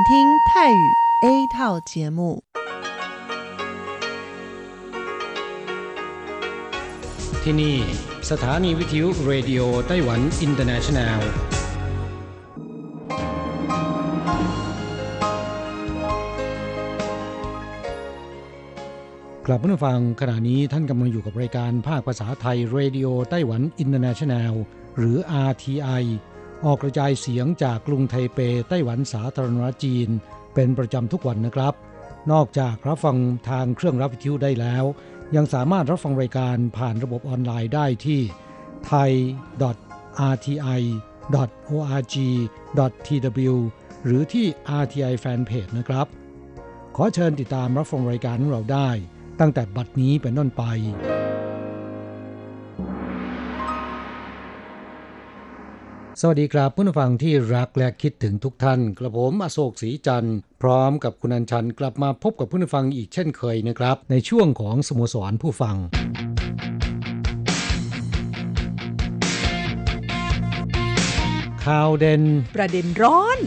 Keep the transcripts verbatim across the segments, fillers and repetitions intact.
听泰语 A 套节目ที่นี่สถานีวิทยุเรดิโอไต้หวันอินเตอร์เนชั่นแนลกลับมาฟังขณะนี้ท่านกำลังอยู่กับรายการภาคภาษาไทยเรดิโอไต้หวันอินเตอร์เนชั่นแนลหรือ อาร์ ที ไอ ออกกระจายเสียงจากกรุงไทเปไต้หวันสาธารณรัฐจีนเป็นประจำทุกวันนะครับนอกจากรับฟังทางเครื่องรับวิทยุได้แล้วยังสามารถรับฟังรายการผ่านระบบออนไลน์ได้ที่ ไทย ดอท อาร์ ที ไอ ดอท โอ อาร์ จี ดอท ที ดับเบิลยู หรือที่ อาร์ ที ไอ Fanpage นะครับขอเชิญติดตามรับฟังรายการของเราได้ตั้งแต่บัดนี้เป็นต้นไปสวัสดีครับผู้ฟังที่รักและคิดถึงทุกท่านกระผมอโศกศรีจันทร์พร้อมกับคุณอัญชันกลับมาพบกับผู้ฟังอีกเช่นเคยนะครับในช่วงของสโมสรผู้ฟังข่าวเด่นประเด็นร้อน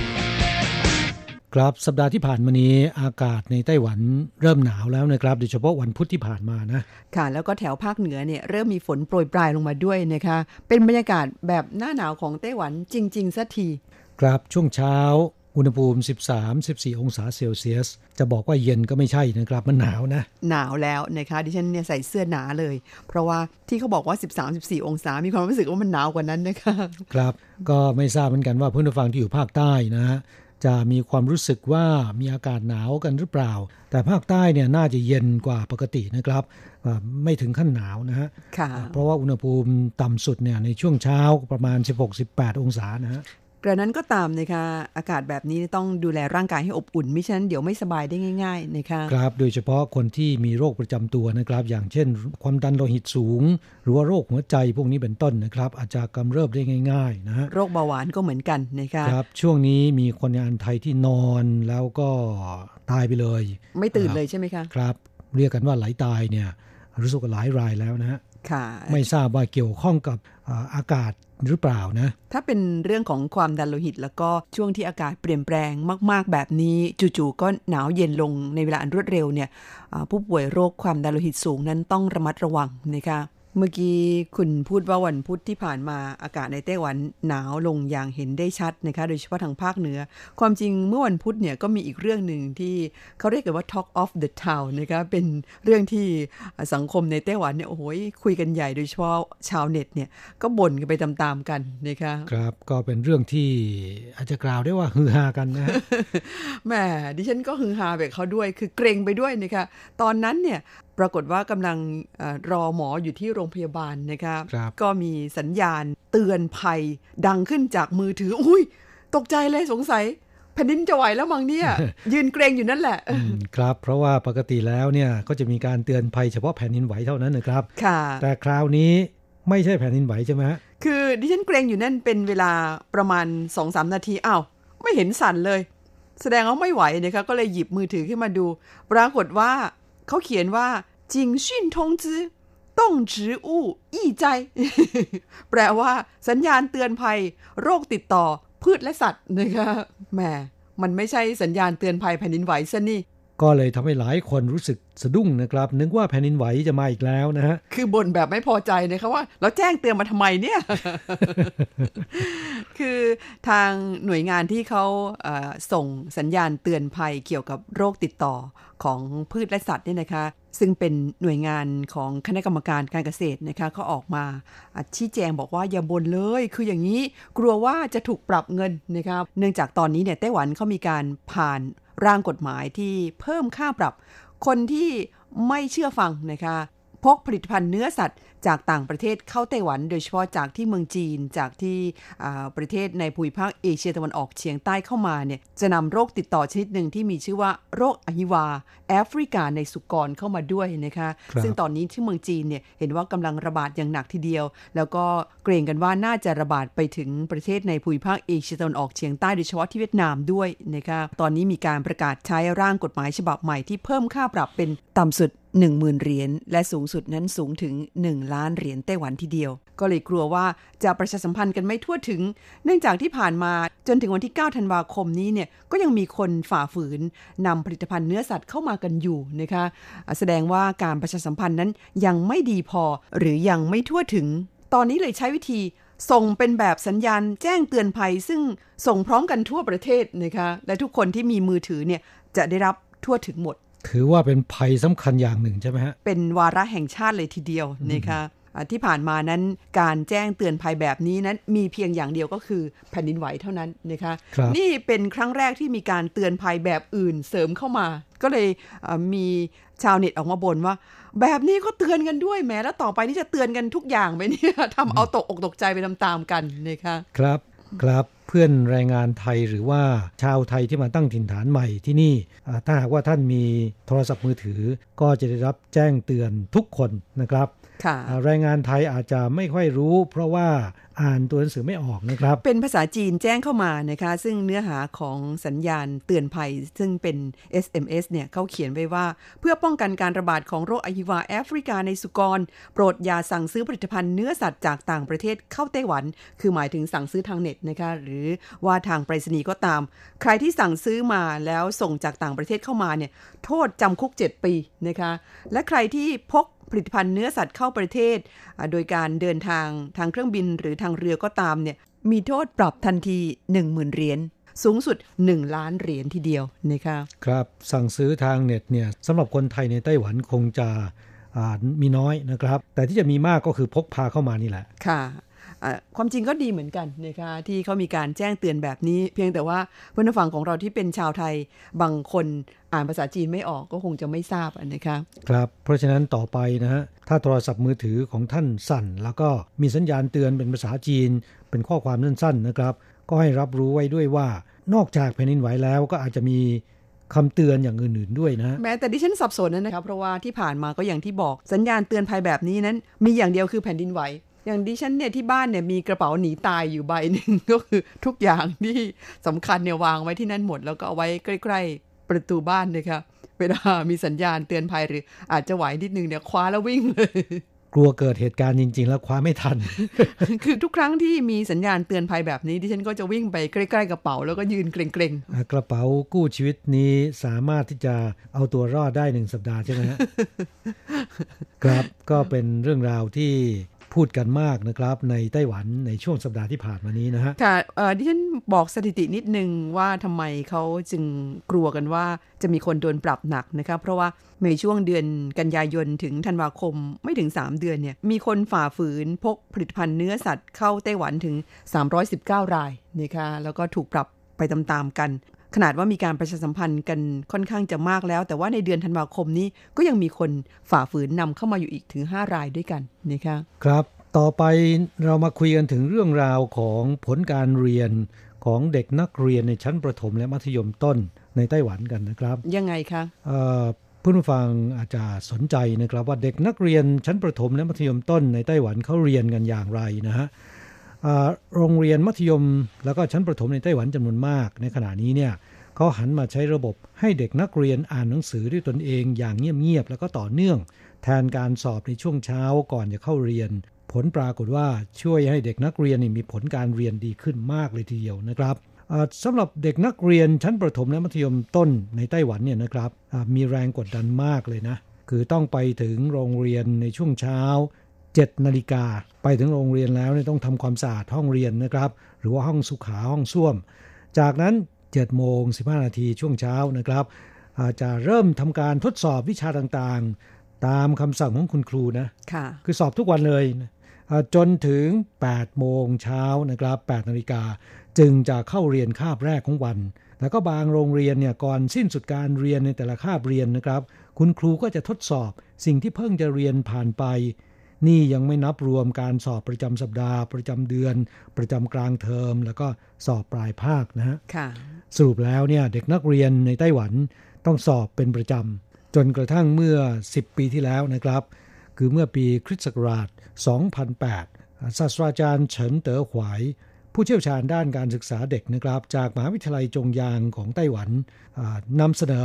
ครับสัปดาห์ที่ผ่านมานี้อากาศในไต้หวันเริ่มหนาวแล้วนะครับโดยเฉพาะวันพุธที่ผ่านมานะค่ะแล้วก็แถวภาคเหนือเนี่ยเริ่มมีฝนโปรยปลายลงมาด้วยนะคะเป็นบรรยากาศแบบหน้าหนาวของไต้หวันจริงๆสักทีครับช่วงเช้าอุณหภูมิ สิบสาม สิบสี่ องศาเซลเซียสจะบอกว่าเย็นก็ไม่ใช่นะครับมันหนาวนะหนาวแล้วนะคะดิฉันเนี่ยใส่เสื้อหนาเลยเพราะว่าที่เขาบอกว่า สิบสาม สิบสี่ องศามีความรู้สึกว่ามันหนาวกว่านั้นนะคะครับก็ไม่ทราบเหมือนกันว่าผู้ฟังที่อยู่ภาคใต้นะจะมีความรู้สึกว่ามีอากาศหนาวกันหรือเปล่าแต่ภาคใต้เนี่ยน่าจะเย็นกว่าปกตินะครับไม่ถึงขั้นหนาวนะฮะเพราะว่าอุณหภูมิต่ำสุดเนี่ยในช่วงเช้าประมาณ สิบหก สิบแปด องศานะฮะกระนั้นก็ตามนะคะอากาศแบบนี้ต้องดูแลร่างกายให้อบอุ่นมิฉะนั้นเดี๋ยวไม่สบายได้ง่ายๆนะคะครับโดยเฉพาะคนที่มีโรคประจำตัวนะครับอย่างเช่นความดันโลหิตสูงหรือว่าโรคหัวใจพวกนี้เป็นต้นนะครับอาจจะกำเริบได้ง่ายๆนะฮะโรคเบาหวานก็เหมือนกันนะคะครับช่วงนี้มีคนงานไทยที่นอนแล้วก็ตายไปเลยไม่ตื่นเลยใช่ไหมคะครับเรียกกันว่าไหลตายเนี่ยรู้สึกว่าหลายรายแล้วนะฮะไม่ทราบว่าเกี่ยวข้องกับอากาศหรือเปล่านะถ้าเป็นเรื่องของความดันโลหิตแล้วก็ช่วงที่อากาศเปลี่ยนแปลงมากๆแบบนี้จู่ๆก็หนาวเย็นลงในเวลาอันรวดเร็วเนี่ยผู้ป่วยโรคความดันโลหิตสูงนั้นต้องระมัดระวังนะคะเมื่อกี้คุณพูดว่าวันพุธที่ผ่านมาอากาศในไต้หวันหนาวลงอย่างเห็นได้ชัดนะคะโดยเฉพาะทางภาคเหนือความจริงเมื่อวันพุธเนี่ยก็มีอีกเรื่องหนึ่งที่เขาเรียกกันว่า Talk of the Town นะคะเป็นเรื่องที่สังคมในไต้หวันเนี่ยโอ้โหคุยกันใหญ่โดยเฉพาะชาวเน็ตเนี่ยก็บ่นกันไปตามๆกันนะคะครับก็เป็นเรื่องที่อาจจะกล่าวได้ว่าฮือฮากันนะแหมดิฉันก็ฮือฮาแบบเขาด้วยคือเกรงไปด้วยนะคะตอนนั้นเนี่ยปรากฏว่ากำลังเอ่อรอหมออยู่ที่โรงพยาบาลนะคะก็มีสัญญาณเตือนภัยดังขึ้นจากมือถืออุ้ยตกใจเลยสงสัยแผ่นดินจะไหวแล้วมั้งเนี่ย ยืนเกรงอยู่นั่นแหละครับเพราะว่าปกติแล้วเนี่ยก็จะมีการเตือนภัยเฉพาะแผ่นดินไหวเท่านั้นนะครับแต่คราวนี้ไม่ใช่แผ่นดินไหวใช่ไหมฮะคือดิฉันเกรงอยู่นั่นเป็นเวลาประมาณ สองถึงสาม นาทีอ้าวไม่เห็นสั่นเลยแสดงว่าไม่ไหวนะคะก็เลยหยิบมือถือขึ้นมาดูปรากฏว่าเขาเขียนว่า警讯通知动植物易灾 แปลว่าสัญญาณเตือนภัยโรคติดต่อพืชและสัตว์นะคะแหมมันไม่ใช่สัญญาณเตือนภัยแผ่นดินไหวซะนี่ก็เลยทำให้หลายคนรู้สึกสะดุ้งนะครับนึกว่าแผ่นดินไหวจะมาอีกแล้วนะฮะคือบ่นแบบไม่พอใจนะคะว่าเราแจ้งเตือนมาทำไมเนี่ย คือทางหน่วยงานที่เขาเอ่อส่งสัญญาณเตือนภัยเกี่ยวกับโรคติดต่อของพืชและสัตว์เนี่ยนะคะซึ่งเป็นหน่วยงานของคณะกรรมการการเกษตรนะคะเขาออกมาชี้แจงบอกว่าอย่าบ่นเลยคืออย่างนี้กลัวว่าจะถูกปรับเงินนะคะเนื่องจากตอนนี้เนี่ยไต้หวันเขามีการผ่านร่างกฎหมายที่เพิ่มค่าปรับคนที่ไม่เชื่อฟังนะคะพกผลิตภัณฑ์เนื้อสัตว์จากต่างประเทศเข้าไต้หวันโดยเฉพาะจากที่เมืองจีนจากที่ประเทศในภูมิภาคเอเชียตะวันออกเฉียงใต้เข้ามาเนี่ยจะนำโรคติดต่อชนิดหนึ่งที่มีชื่อว่าโรคอหิวาแอฟริกาในสุกรเข้ามาด้วยนะคะซึ่งตอนนี้ที่เมืองจีนเนี่ยเห็นว่ากำลังระบาดอย่างหนักทีเดียวแล้วก็เกรงกันว่าน่าจะระบาดไปถึงประเทศในภูมิภาคเอเชียตะวันออกเฉียงใต้โดยเฉพาะที่เวียดนามด้วยนะคะตอนนี้มีการประกาศใช้ร่างกฎหมายฉบับใหม่ที่เพิ่มค่าปรับเป็นต่ำสุด หนึ่งหมื่น เหรียญและสูงสุดนั้นสูงถึงหนึ่งล้านเหรียญไต้หวันทีเดียวก็เลยกลัวว่าจะประชาสัมพันธ์กันไม่ทั่วถึงเนื่องจากที่ผ่านมาจนถึงวันที่เก้าธันวาคมนี้เนี่ยก็ยังมีคนฝ่าฝืนนำผลิตภัณฑ์เนื้อสัตว์เข้ามากันอยู่นะคะแสดงว่าการประชาสัมพันธ์นั้นยังไม่ดีพอหรือยังไม่ทั่วถึงตอนนี้เลยใช้วิธีส่งเป็นแบบสัญญาณแจ้งเตือนภัยซึ่งส่งพร้อมกันทั่วประเทศนะคะและทุกคนที่มีมือถือเนี่ยจะได้รับทั่วถึงหมดถือว่าเป็นภัยสำคัญอย่างหนึ่งใช่ไหมฮะเป็นวาระแห่งชาติเลยทีเดียวนะคะที่ผ่านมานั้นการแจ้งเตือนภัยแบบนี้นั้นมีเพียงอย่างเดียวก็คือแผ่นดินไหวเท่านั้นนะคะนี่เป็นครั้งแรกที่มีการเตือนภัยแบบอื่นเสริมเข้ามาก็เลยมีชาวเน็ตออกมาบ่นว่าแบบนี้ก็เตือนกันด้วยแม้แล้วต่อไปนี่จะเตือนกันทุกอย่างไหมเนี่ยทำเอาตกอกตกใจไปตามๆกันนะคะครับครับเพื่อนแรงงานไทยหรือว่าชาวไทยที่มาตั้งถิ่นฐานใหม่ที่นี่ถ้าหากว่าท่านมีโทรศัพท์มือถือก็จะได้รับแจ้งเตือนทุกคนนะครับแรงงานไทยอาจจะไม่ค่อยรู้เพราะว่าอ่านตัวหนังสือไม่ออกนะครับเป็นภาษาจีนแจ้งเข้ามานะคะซึ่งเนื้อหาของสัญญาณเตือนภัยซึ่งเป็น เอส เอ็ม เอส เนี่ยเขาเขียนไว้ว่าเพื่อป้องกันการระบาดของโรคอหิวาแอฟริกาในสุกรโปรดอย่าสั่งซื้อผลิตภัณฑ์เนื้อสัตว์จากต่างประเทศเข้าไต้หวันคือหมายถึงสั่งซื้อทางเน็ตนะคะหรือว่าทางไปรษณีย์ก็ตามใครที่สั่งซื้อมาแล้วส่งจากต่างประเทศเข้ามาเนี่ยโทษจำคุกเจ็ดปีนะคะและใครที่พกผลิตภัณฑ์เนื้อสัตว์เข้าประเทศโดยการเดินทางทางเครื่องบินหรือทางเรือก็ตามเนี่ยมีโทษปรับทันที หนึ่งหมื่น เหรียญสูงสุดหนึ่งล้านเหรียญทีเดียวนะคะครับสั่งซื้อทางเน็ตเนี่ยสำหรับคนไทยในไต้หวันคงจะมีน้อยนะครับแต่ที่จะมีมากก็คือพกพาเข้ามานี่แหละค่ะความจริงก็ดีเหมือนกันนะคะที่เขามีการแจ้งเตือนแบบนี้เพียงแต่ว่าเพื่อนฝั่งของเราที่เป็นชาวไทยบางคนอ่านภาษาจีนไม่ออกก็คงจะไม่ทราบนะคะครับเพราะฉะนั้นต่อไปนะฮะถ้าโทรศัพท์มือถือของท่านสั่นแล้วก็มีสัญญาณเตือนเป็นภาษาจีนเป็นข้อความสั้นๆนะครับก็ให้รับรู้ไว้ด้วยว่านอกจากแผ่นดินไหวแล้วก็อาจจะมีคำเตือนอย่างอื่นๆด้วยนะแม้แต่ดิฉันสับสนนะครับเพราะว่าที่ผ่านมาก็อย่างที่บอกสัญญาณเตือนภัยแบบนี้นั้นมีอย่างเดียวคือแผ่นดินไหวอย่างดิฉันเนี่ยที่บ้านเนี่ยมีกระเป๋าหนีตายอยู่ใบหนึ่ง ก็คือทุกอย่างที่สำคัญเนี่ยวางไว้ที่นั่นหมดแล้วก็เอาไว้ใกล้ๆประตูบ้านนะคะเวลามีสัญญาณเตือนภัยหรืออาจจะไหวนิดนึงเนี่ยคว้าแล้ววิ่งเลยกลัวเกิดเหตุการณ์จริงๆแล้วคว้าไม่ทันคือทุกครั้งที่มีสัญญาณเตือนภัยแบบนี้ดิฉันก็จะวิ่งไปใกล้ๆกระเป๋าแล้วก็ยืนเกรงๆกระเป๋ากู้ชีวิตนี้สามารถที่จะเอาตัวรอดได้หนึ่งสัปดาห์ใช่ไหมฮะ ครับก็เป็นเรื่องราวที่พูดกันมากนะครับในไต้หวันในช่วงสัปดาห์ที่ผ่านมานี้นะฮะค่ะเอ่อดิฉันบอกสถิตินิดนึงว่าทำไมเขาจึงกลัวกันว่าจะมีคนโดนปรับหนักนะคะเพราะว่าในช่วงเดือนกันยายนถึงธันวาคมไม่ถึงสามเดือนเนี่ยมีคนฝ่าฝืนพกผลิตภัณฑ์เนื้อสัตว์เข้าไต้หวันถึงสามร้อยสิบเก้ารายนะคะแล้วก็ถูกปรับไปตามๆกันขนาดว่ามีการประชาสัมพันธ์กันค่อนข้างจะมากแล้วแต่ว่าในเดือนธันวาคมนี้ก็ยังมีคนฝ่าฝืนนำเข้ามาอยู่อีกถึงห้ารายด้วยกันนะคะครับต่อไปเรามาคุยกันถึงเรื่องราวของผลการเรียนของเด็กนักเรียนในชั้นประถมและมัธยมต้นในไต้หวันกันนะครับยังไงคะเอ่อผู้ฟังอาจจะสนใจนะครับว่าเด็กนักเรียนชั้นประถมและมัธยมต้นในไต้หวันเขาเรียนกันอย่างไรนะฮะโรงเรียนมัธยมแล้วก็ชั้นประถมในไต้หวันจำนวนมากในขณะนี้เนี่ยเขาหันมาใช้ระบบให้เด็กนักเรียนอ่านหนังสือด้วยตนเองอย่างเงียบๆแล้วก็ต่อเนื่องแทนการสอบในช่วงเช้าก่อนจะเข้าเรียนผลปรากฏว่าช่วยให้เด็กนักเรียนมีผลการเรียนดีขึ้นมากเลยทีเดียวนะครับสำหรับเด็กนักเรียนชั้นประถมและมัธยมต้นในไต้หวันเนี่ยนะครับมีแรงกดดันมากเลยนะคือต้องไปถึงโรงเรียนในช่วงเช้าเจ็ดนาฬิกาไปถึงโรงเรียนแล้วเนี่ยต้องทำความสะอาดห้องเรียนนะครับหรือว่าห้องสุขาห้องส้วมจากนั้นเจ็ดโมงสิบห้านาทีช่วงเช้านะครับจะเริ่มทำการทดสอบวิชาต่างๆตามคำสั่งของคุณครูนะคือสอบทุกวันเลยจนถึงแปดโมงเช้านะครับแปดนาฬิกาจึงจะเข้าเรียนคาบแรกของวันแล้วก็บางโรงเรียนเนี่ยก่อนสิ้นสุดการเรียนในแต่ละคาบเรียนนะครับคุณครูก็จะทดสอบสิ่งที่เพิ่งจะเรียนผ่านไปนี่ยังไม่นับรวมการสอบประจำสัปดาห์ประจำเดือนประจำกลางเทอมแล้วก็สอบปลายภาคนะฮะสรุปแล้วเนี่ยเด็กนักเรียนในไต้หวันต้องสอบเป็นประจำจนกระทั่งเมื่อสิบปีที่แล้วนะครับคือเมื่อปีคริสต์ศักราชสองพันแปดศาสตราจารย์เฉินเต๋อหวายผู้เชี่ยวชาญด้านการศึกษาเด็กนะครับจากมหาวิทยาลัยจงยางของไต้หวันนำเสนอ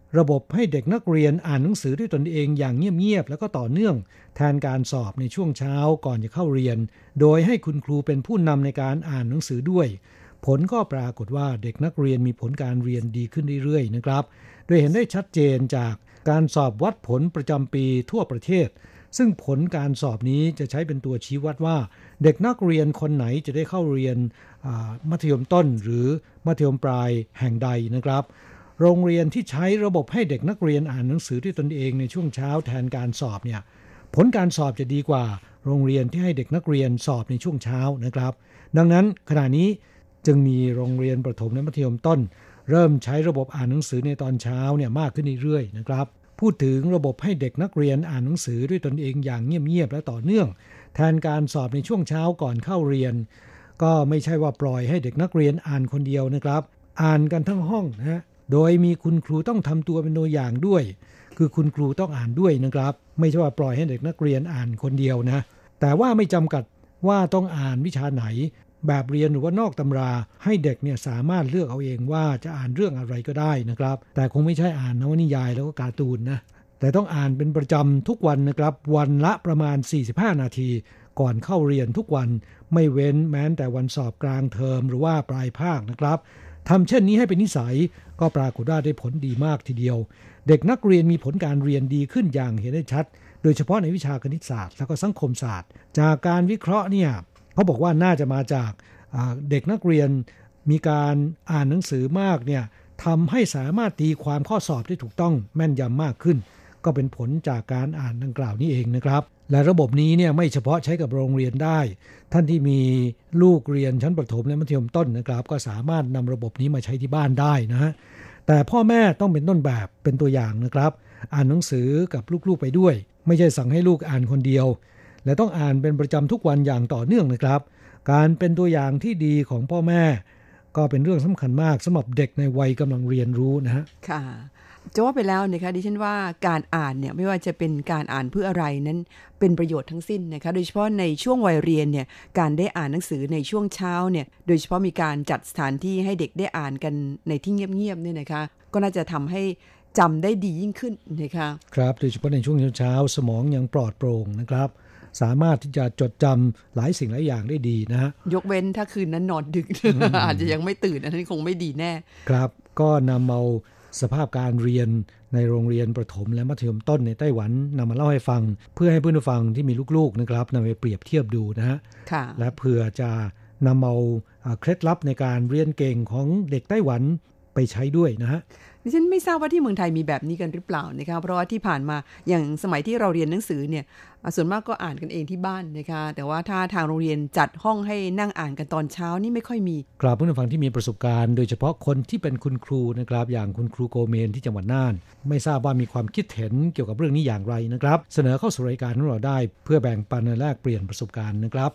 ระบบให้เด็กนักเรียนอ่านหนังสือด้วยตนเองอย่างเงียบๆแล้วก็ต่อเนื่องแทนการสอบในช่วงเช้าก่อนจะเข้าเรียนโดยให้คุณครูเป็นผู้นำในการอ่านหนังสือด้วยผลก็ปรากฏว่าเด็กนักเรียนมีผลการเรียนดีขึ้นเรื่อยๆนะครับโดยเห็นได้ชัดเจนจากการสอบวัดผลประจำปีทั่วประเทศซึ่งผลการสอบนี้จะใช้เป็นตัวชี้วัดว่าเด็กนักเรียนคนไหนจะได้เข้าเรียนมัธยมต้นหรือมัธยมปลายแห่งใดนะครับโรงเรียนที่ใช้ระบบให้เด็กนักเรียนอ่านหนังสือด้วยตนเองในช่วงเช้าแทนการสอบเนี่ยผลการสอบจะดีกว่าโรงเรียนที่ให้เด็กนักเรียนสอบในช่วงเช้านะครับดังนั้นขณะนี้จึงมีโรงเรียนประถมและมัธยมต้นเริ่มใช้ระบบอ่านหนังสือในตอนเช้าเนี่ยมากขึ้นเรื่อยๆนะครับพูดถึงระบบให้เด็กนักเรียนอ่านหนังสือด้วยตนเองอย่างเงียบๆและต่อเนื่องแทนการสอบในช่วงเช้าก่อนเข้าเรียนก็ไม่ใช่ว่าปล่อยให้เด็กนักเรียนอ่านคนเดียวนะครับอ่านกันทั้งห้องนะฮะโดยมีคุณครูต้องทำตัวเป็นตัวอย่างด้วยคือคุณครูต้องอ่านด้วยนะครับไม่ใช่ว่าปล่อยให้เด็กนักเรียนอ่านคนเดียวนะแต่ว่าไม่จำกัดว่าต้องอ่านวิชาไหนแบบเรียนหรือว่านอกตำราให้เด็กเนี่ยสามารถเลือกเอาเองว่าจะอ่านเรื่องอะไรก็ได้นะครับแต่คงไม่ใช่อ่านนวนิยายแล้วก็การ์ตูนนะแต่ต้องอ่านเป็นประจำทุกวันนะครับวันละประมาณสี่สิบห้านาทีก่อนเข้าเรียนทุกวันไม่เว้นแม้แต่วันสอบกลางเทอมหรือว่าปลายภาคนะครับทำเช่นนี้ให้เป็นนิสัยก็ปรากฏว่าได้ผลดีมากทีเดียวเด็กนักเรียนมีผลการเรียนดีขึ้นอย่างเห็นได้ชัดโดยเฉพาะในวิชาคณิตศาสตร์และก็สังคมศาสตร์จากการวิเคราะห์เนี่ยเขาบอกว่าน่าจะมาจากเด็กนักเรียนมีการอ่านหนังสือมากเนี่ยทำให้สามารถตีความข้อสอบได้ถูกต้องแม่นยำมากขึ้นก็เป็นผลจากการอ่านดังกล่าวนี้เองนะครับและระบบนี้เนี่ยไม่เฉพาะใช้กับโรงเรียนได้ท่านที่มีลูกเรียนชั้นประถมและมัธยมต้นนะครับก็สามารถนำระบบนี้มาใช้ที่บ้านได้นะฮะแต่พ่อแม่ต้องเป็นต้นแบบเป็นตัวอย่างนะครับอ่านหนังสือกับลูกๆไปด้วยไม่ใช่สั่งให้ลูกอ่านคนเดียวและต้องอ่านเป็นประจำทุกวันอย่างต่อเนื่องนะครับการเป็นตัวอย่างที่ดีของพ่อแม่ก็เป็นเรื่องสำคัญมากสำหรับเด็กในวัยกำลังเรียนรู้นะฮะค่ะจะว่าไปแล้วนะคะดิฉันว่าการอ่านเนี่ยไม่ว่าจะเป็นการอ่านเพื่ออะไรนั้นเป็นประโยชน์ทั้งสิ้นนะคะโดยเฉพาะในช่วงวัยเรียนเนี่ยการได้อ่านหนังสือในช่วงเช้าเนี่ยโดยเฉพาะมีการจัดสถานที่ให้เด็กได้อ่านกันในที่เงียบๆเนี่ยนะคะก็น่าจะทำให้จำได้ดียิ่งขึ้นนะคะครับโดยเฉพาะในช่วงเช้าสมองยังปลอดโปร่งนะครับสามารถที่จะจดจำหลายสิ่งหลายอย่างได้ดีนะฮะยกเว้นถ้าคืนนั้นนอนดึก อาจจะยังไม่ตื่นอันนั้นคงไม่ดีแน่ครับก็นำเอาสภาพการเรียนในโรงเรียนประถมและมัธยมต้นในไต้หวันนำมาเล่าให้ฟังเพื่อให้เพื่อนผู้ฟังที่มีลูกๆนะครับนำไปเปรียบเทียบดูนะฮะและเพื่อจะนำเอาเคล็ดลับในการเรียนเก่งของเด็กไต้หวันไปใช้ด้วยนะฮะดิฉันไม่ทราบว่าที่เมืองไทยมีแบบนี้กันหรือเปล่านะคะเพราะว่าที่ผ่านมาอย่างสมัยที่เราเรียนหนังสือเนี่ยส่วนมากก็อ่านกันเองที่บ้านนะคะแต่ว่าถ้าทางโรงเรียนจัดห้องให้นั่งอ่านกันตอนเช้านี่ไม่ค่อยมีกราบผู้ฟังที่มีประสบการณ์โดยเฉพาะคนที่เป็นคุณครูนะครับอย่างคุณครูโกเมนที่จังหวัดน่านไม่ทราบว่ามีความคิดเห็นเกี่ยวกับเรื่องนี้อย่างไรนะครับเสนอเข้าสู่รายการของเราได้เพื่อแบ่งปันและแลกเปลี่ยนประสบการณ์นะครับ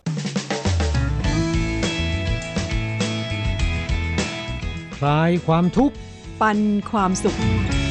คลายความทุกข์ปันความสุข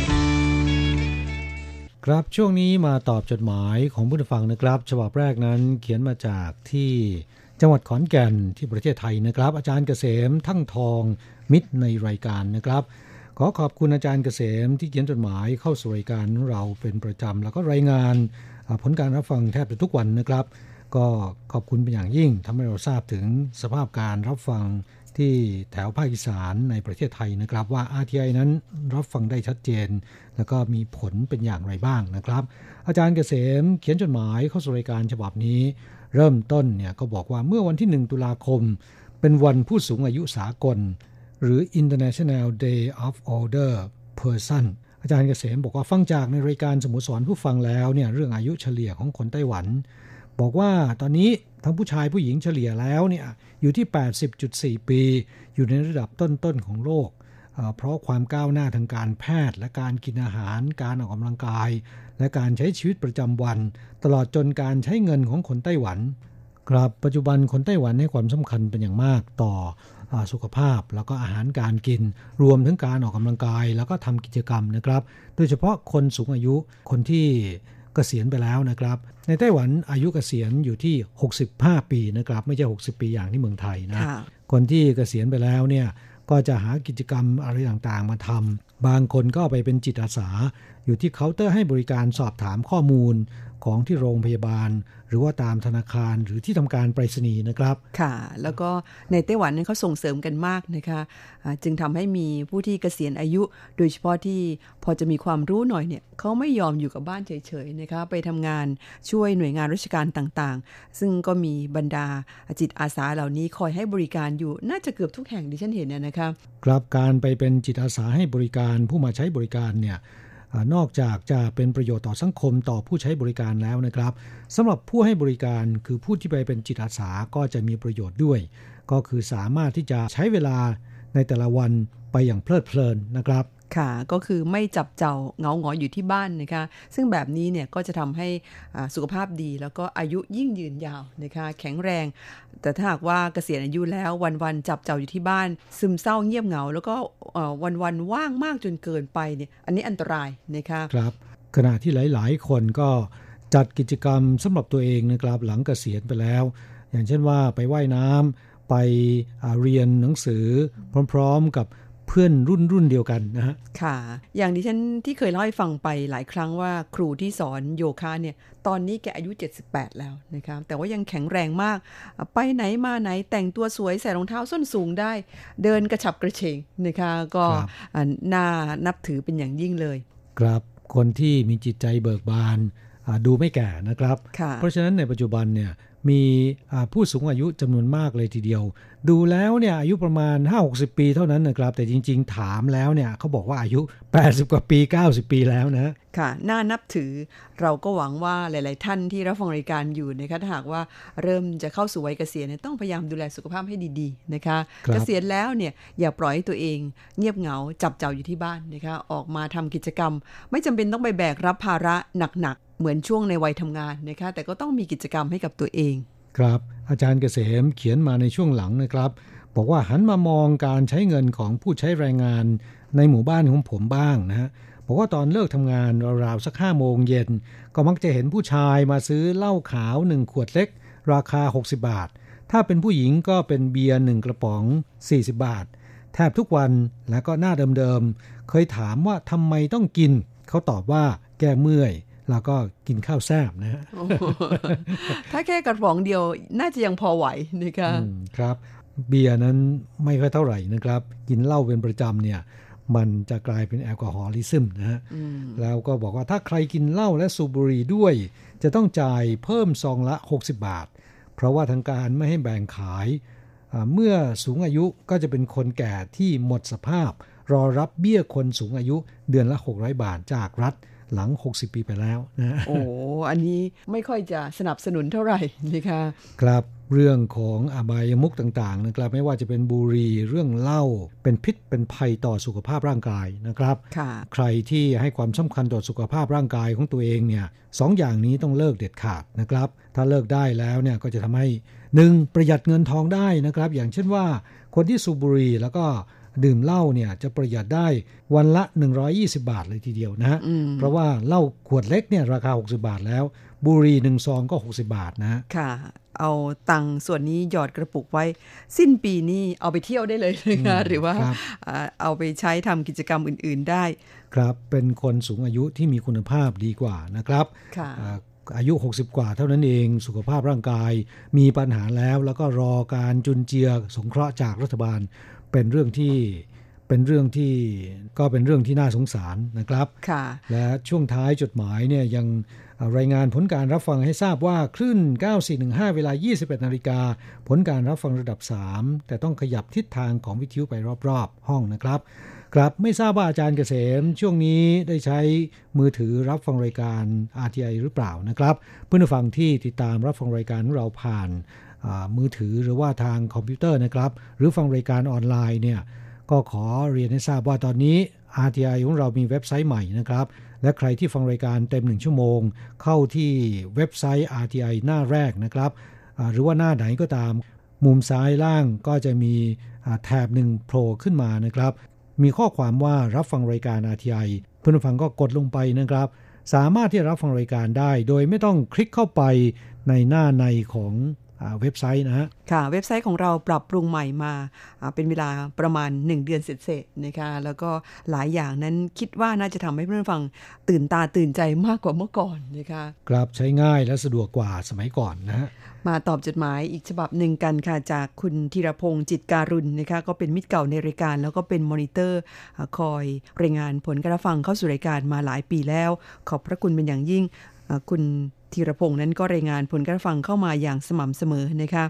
ครับช่วงนี้มาตอบจดหมายของผู้ฟังนะครับฉบับแรกนั้นเขียนมาจากที่จังหวัดขอนแก่นที่ประเทศไทยนะครับอาจารย์เกษมทั้งทองมิตรในรายการนะครับขอขอบคุณอาจารย์เกษมที่เขียนจดหมายเข้าสู่รายการเราเป็นประจำแล้วก็รายงานผลการรับฟังแทบจะทุกวันนะครับก็ขอบคุณเป็นอย่างยิ่งทำให้เราทราบถึงสภาพการรับฟังที่แถวภาคอีสานในประเทศไทยนะครับว่า อาร์ ที ไอ นั้นรับฟังได้ชัดเจนแล้วก็มีผลเป็นอย่างไรบ้างนะครับอาจารย์เกษมเขียนจดหมายเข้าสู่รายการฉบับนี้เริ่มต้นเนี่ยก็บอกว่าเมื่อวันที่หนึ่งตุลาคมเป็นวันผู้สูงอายุสากลหรือ International Day of Older Person อาจารย์เกษมบอกว่าฟังจากในรายการสโมสรผู้ฟังแล้วเนี่ยเรื่องอายุเฉลี่ยของคนไต้หวันบอกว่าตอนนี้ทั้งผู้ชายผู้หญิงเฉลี่ยแล้วเนี่ยอยู่ที่ แปดสิบจุดสี่ ปีอยู่ในระดับต้นๆของโลกเพราะความก้าวหน้าทางการแพทย์และการกินอาหารการออกกำลังกายและการใช้ชีวิตประจำวันตลอดจนการใช้เงินของคนไต้หวันครับปัจจุบันคนไต้หวันให้ความสำคัญเป็นอย่างมากต่อสุขภาพแล้วก็อาหารการกินรวมถึงการออกกำลังกายแล้วก็ทำกิจกรรมนะครับโดยเฉพาะคนสูงอายุคนที่เกษียณไปแล้วนะครับในไต้หวันอายุเกษียณอยู่ที่หกสิบห้าปีนะครับไม่ใช่หกสิบปีอย่างที่เมืองไทยนะคนที่เกษียณไปแล้วเนี่ยก็จะหากิจกรรมอะไรต่างๆมาทำบางคนก็ไปเป็นจิตอาสาอยู่ที่เคาน์เตอร์ให้บริการสอบถามข้อมูลของที่โรงพยาบาลหรือว่าตามธนาคารหรือที่ทำการไปรษณีย์นะครับค่ะแล้วก็ในไต้หวันนั้นเขาส่งเสริมกันมากนะคะจึงทำให้มีผู้ที่เกษียณอายุโดยเฉพาะที่พอจะมีความรู้หน่อยเนี่ยเขาไม่ยอมอยู่กับบ้านเฉยๆนะคะไปทำงานช่วยหน่วยงานราชการต่างๆซึ่งก็มีบรรดาจิตอาสาเหล่านี้คอยให้บริการอยู่น่าจะเกือบทุกแห่งที่ฉันเห็นเนี่ยนะคะครับการไปเป็นจิตอาสาให้บริการผู้มาใช้บริการเนี่ยนอกจากจะเป็นประโยชน์ต่อสังคมต่อผู้ใช้บริการแล้วนะครับสำหรับผู้ให้บริการคือผู้ที่ไปเป็นจิตอาสาก็จะมีประโยชน์ด้วยก็คือสามารถที่จะใช้เวลาในแต่ละวันไปอย่างเพลิดเพลินนะครับค่ะก็คือไม่จับเจ้าเหงาหงอยอยู่ที่บ้านนะคะซึ่งแบบนี้เนี่ยก็จะทำให้สุขภาพดีแล้วก็อายุยิ่งยืนยาวนะคะแข็งแรงแต่ถ้าหากว่าเกษียณอายุแล้ววันๆจับเจ้าอยู่ที่บ้านซึมเศร้าเงียบเหงาแล้วก็วันๆว่างมากจนเกินไปเนี่ยอันนี้อันตรายนะคะครับขณะที่หลายๆคนก็จัดกิจกรรมสำหรับตัวเองนะครับหลังเกษียณไปแล้วอย่างเช่นว่าไปว่ายน้ำไปเรียนหนังสือพร้อมๆกับเพื่อนรุ่นรุ่นเดียวกันนะฮะค่ะอย่างที่ฉันที่เคยเล่าให้ฟังไปหลายครั้งว่าครูที่สอนโยคะเนี่ยตอนนี้แกอายุเจ็ดสิบแปดแล้วนะคะแต่ว่ายังแข็งแรงมากไปไหนมาไหนแต่งตัวสวยใส่รองเท้าส้นสูงได้เดินกระฉับกระเฉงนะคะก็น่านับถือเป็นอย่างยิ่งเลยครับคนที่มีจิตใจเบิกบานดูไม่แก่นะครับเพราะฉะนั้นในปัจจุบันเนี่ยมีผู้สูงอายุจำนวนมากเลยทีเดียวดูแล้วเนี่ยอายุประมาณ ห้าหกสิบ ปีเท่านั้นนะครับแต่จริงๆถามแล้วเนี่ยเขาบอกว่าอายุแปดสิบกว่าปีเก้าสิบปีแล้วนะค่ะน่านับถือเราก็หวังว่าหลายๆท่านที่รับฟังรายการอยู่นะคะถ้าหากว่าเริ่มจะเข้าสู่วัยเกษียณเนี่ยต้องพยายามดูแลสุขภาพให้ดีๆนะคะเกษียณแล้วเนี่ยอย่าปล่อยให้ตัวเองเงียบเหงาจับเจ้าอยู่ที่บ้านนะคะออกมาทำกิจกรรมไม่จำเป็นต้องไปแบกรับภาระหนักๆเหมือนช่วงในวัยทำงานนะคะแต่ก็ต้องมีกิจกรรมให้กับตัวเองครับอาจารย์เกษมเขียนมาในช่วงหลังนะครับบอกว่าหันมามองการใช้เงินของผู้ใช้แรงงานในหมู่บ้านของผมบ้างนะฮะบอกว่าตอนเลิกทำงานราวๆสักห้าโมงเย็นก็มักจะเห็นผู้ชายมาซื้อเหล้าขาวหนึ่งขวดเล็กราคาหกสิบบาทถ้าเป็นผู้หญิงก็เป็นเบียร์หนึ่งกระป๋องสี่สิบบาทแทบทุกวันแล้วก็หน้าเดิมๆเคยถามว่าทำไมต้องกินเขาตอบว่าแก้เมื่อยแล้วก็กินข้าวแซ่บนะฮะถ้าแค่กระป๋องเดียวน่าจะยังพอไหวนะคะครับเบียร์นั้นไม่ค่อยเท่าไหร่นะครับกินเหล้าเป็นประจำเนี่ยมันจะกลายเป็นแอลกอฮอลิซึมนะฮะแล้วก็บอกว่าถ้าใครกินเหล้าและสูบบุหรี่ด้วยจะต้องจ่ายเพิ่มซองละหกสิบบาทเพราะว่าทางการไม่ให้แบ่งขายเมื่อสูงอายุก็จะเป็นคนแก่ที่หมดสภาพรอรับเบี้ยคนสูงอายุเดือนละหกร้อยบาทจากรัฐหลังหกสิบปีไปแล้วนะโอ้อันนี้ไม่ค่อยจะสนับสนุนเท่าไหร่นะคะครับเรื่องของอบายมุขต่างๆนะครับไม่ว่าจะเป็นบุหรี่เรื่องเหล้าเป็นพิษเป็นภัยต่อสุขภาพร่างกายนะครับใครที่ให้ความสำคัญต่อสุขภาพร่างกายของตัวเองเนี่ยสองอย่างนี้ต้องเลิกเด็ดขาดนะครับถ้าเลิกได้แล้วเนี่ยก็จะทำให้หนึ่งประหยัดเงินทองได้นะครับอย่างเช่นว่าคนที่สูบบุหรี่แล้วก็ดื่มเหล้าเนี่ยจะประหยัดได้วันละหนึ่งร้อยยี่สิบบาทเลยทีเดียวนะฮะเพราะว่าเหล้าขวดเล็กเนี่ยราคาหกสิบบาทแล้วบุหรี่หนึ่งซองก็หกสิบบาทนะค่ะเอาตังส่วนนี้หยอดกระปุกไว้สิ้นปีนี้เอาไปเที่ยวได้เลยนะคะหรือว่าเอาไปใช้ทำกิจกรรมอื่นๆได้ครับเป็นคนสูงอายุที่มีคุณภาพดีกว่านะครับอายุหกสิบกว่าเท่านั้นเองสุขภาพร่างกายมีปัญหาแล้วแล้วก็รอการจุนเจือสงเคราะห์จากรัฐบาลเป็นเรื่องที่เป็นเรื่องที่ก็เป็นเรื่องที่น่าสงสารนะครับและช่วงท้ายจดหมายเนี่ยยังรายงานผลการรับฟังให้ทราบว่าคลื่นเก้าสี่หนึ่งห้าเวลา ยี่สิบเอ็ดนาฬิกาผลการรับฟังระดับสามแต่ต้องขยับทิศทางของวิทยุไปรอบๆห้องนะครับครับไม่ทราบว่าอาจารย์เกษมช่วงนี้ได้ใช้มือถือรับฟังรายการ อาร์ ที ไอ หรือเปล่านะครับเพื่อนผู้ฟังที่ติดตามรับฟังรายการของเราผ่านมือถือหรือว่าทางคอมพิวเตอร์นะครับหรือฟังรายการออนไลน์เนี่ยก็ขอเรียนให้ทราบว่าตอนนี้ อาร์ ที ไอ ของเรามีเว็บไซต์ใหม่นะครับและใครที่ฟังรายการเต็มหนึ่งชั่วโมงเข้าที่เว็บไซต์ อาร์ ที ไอ หน้าแรกนะครับหรือว่าหน้าไหนก็ตามมุมซ้ายล่างก็จะมีแถบหนึ่งโผล่ขึ้นมานะครับมีข้อความว่ารับฟังรายการ อาร์ ที ไอ เพื่อนผู้ฟังก็กดลงไปนะครับสามารถที่จะรับฟังรายการได้โดยไม่ต้องคลิกเข้าไปในหน้าในของเว็บไซต์นะฮะค่ะเว็บไซต์ของเราปรับปรุงใหม่มาเป็นเวลาประมาณหนึ่งเดือนเศษๆนะคะแล้วก็หลายอย่างนั้นคิดว่าน่าจะทำให้เพื่อนฟังตื่นตาตื่นใจมากกว่าเมื่อก่อนนะคะครับใช้ง่ายและสะดวกกว่าสมัยก่อนนะฮะมาตอบจดหมายอีกฉบับหนึ่งกันค่ะจากคุณธีรพงษ์จิตการุณนะคะก็เป็นมิตรเก่าในรายการแล้วก็เป็นมอนิเตอร์คอยรายงานผลการรับฟังเข้าสู่รายการมาหลายปีแล้วขอบพระคุณเป็นอย่างยิ่งคุณธีรพงษ์นั้นก็รายงานผลการฟังเข้ามาอย่างสม่ำเสมอนะคะ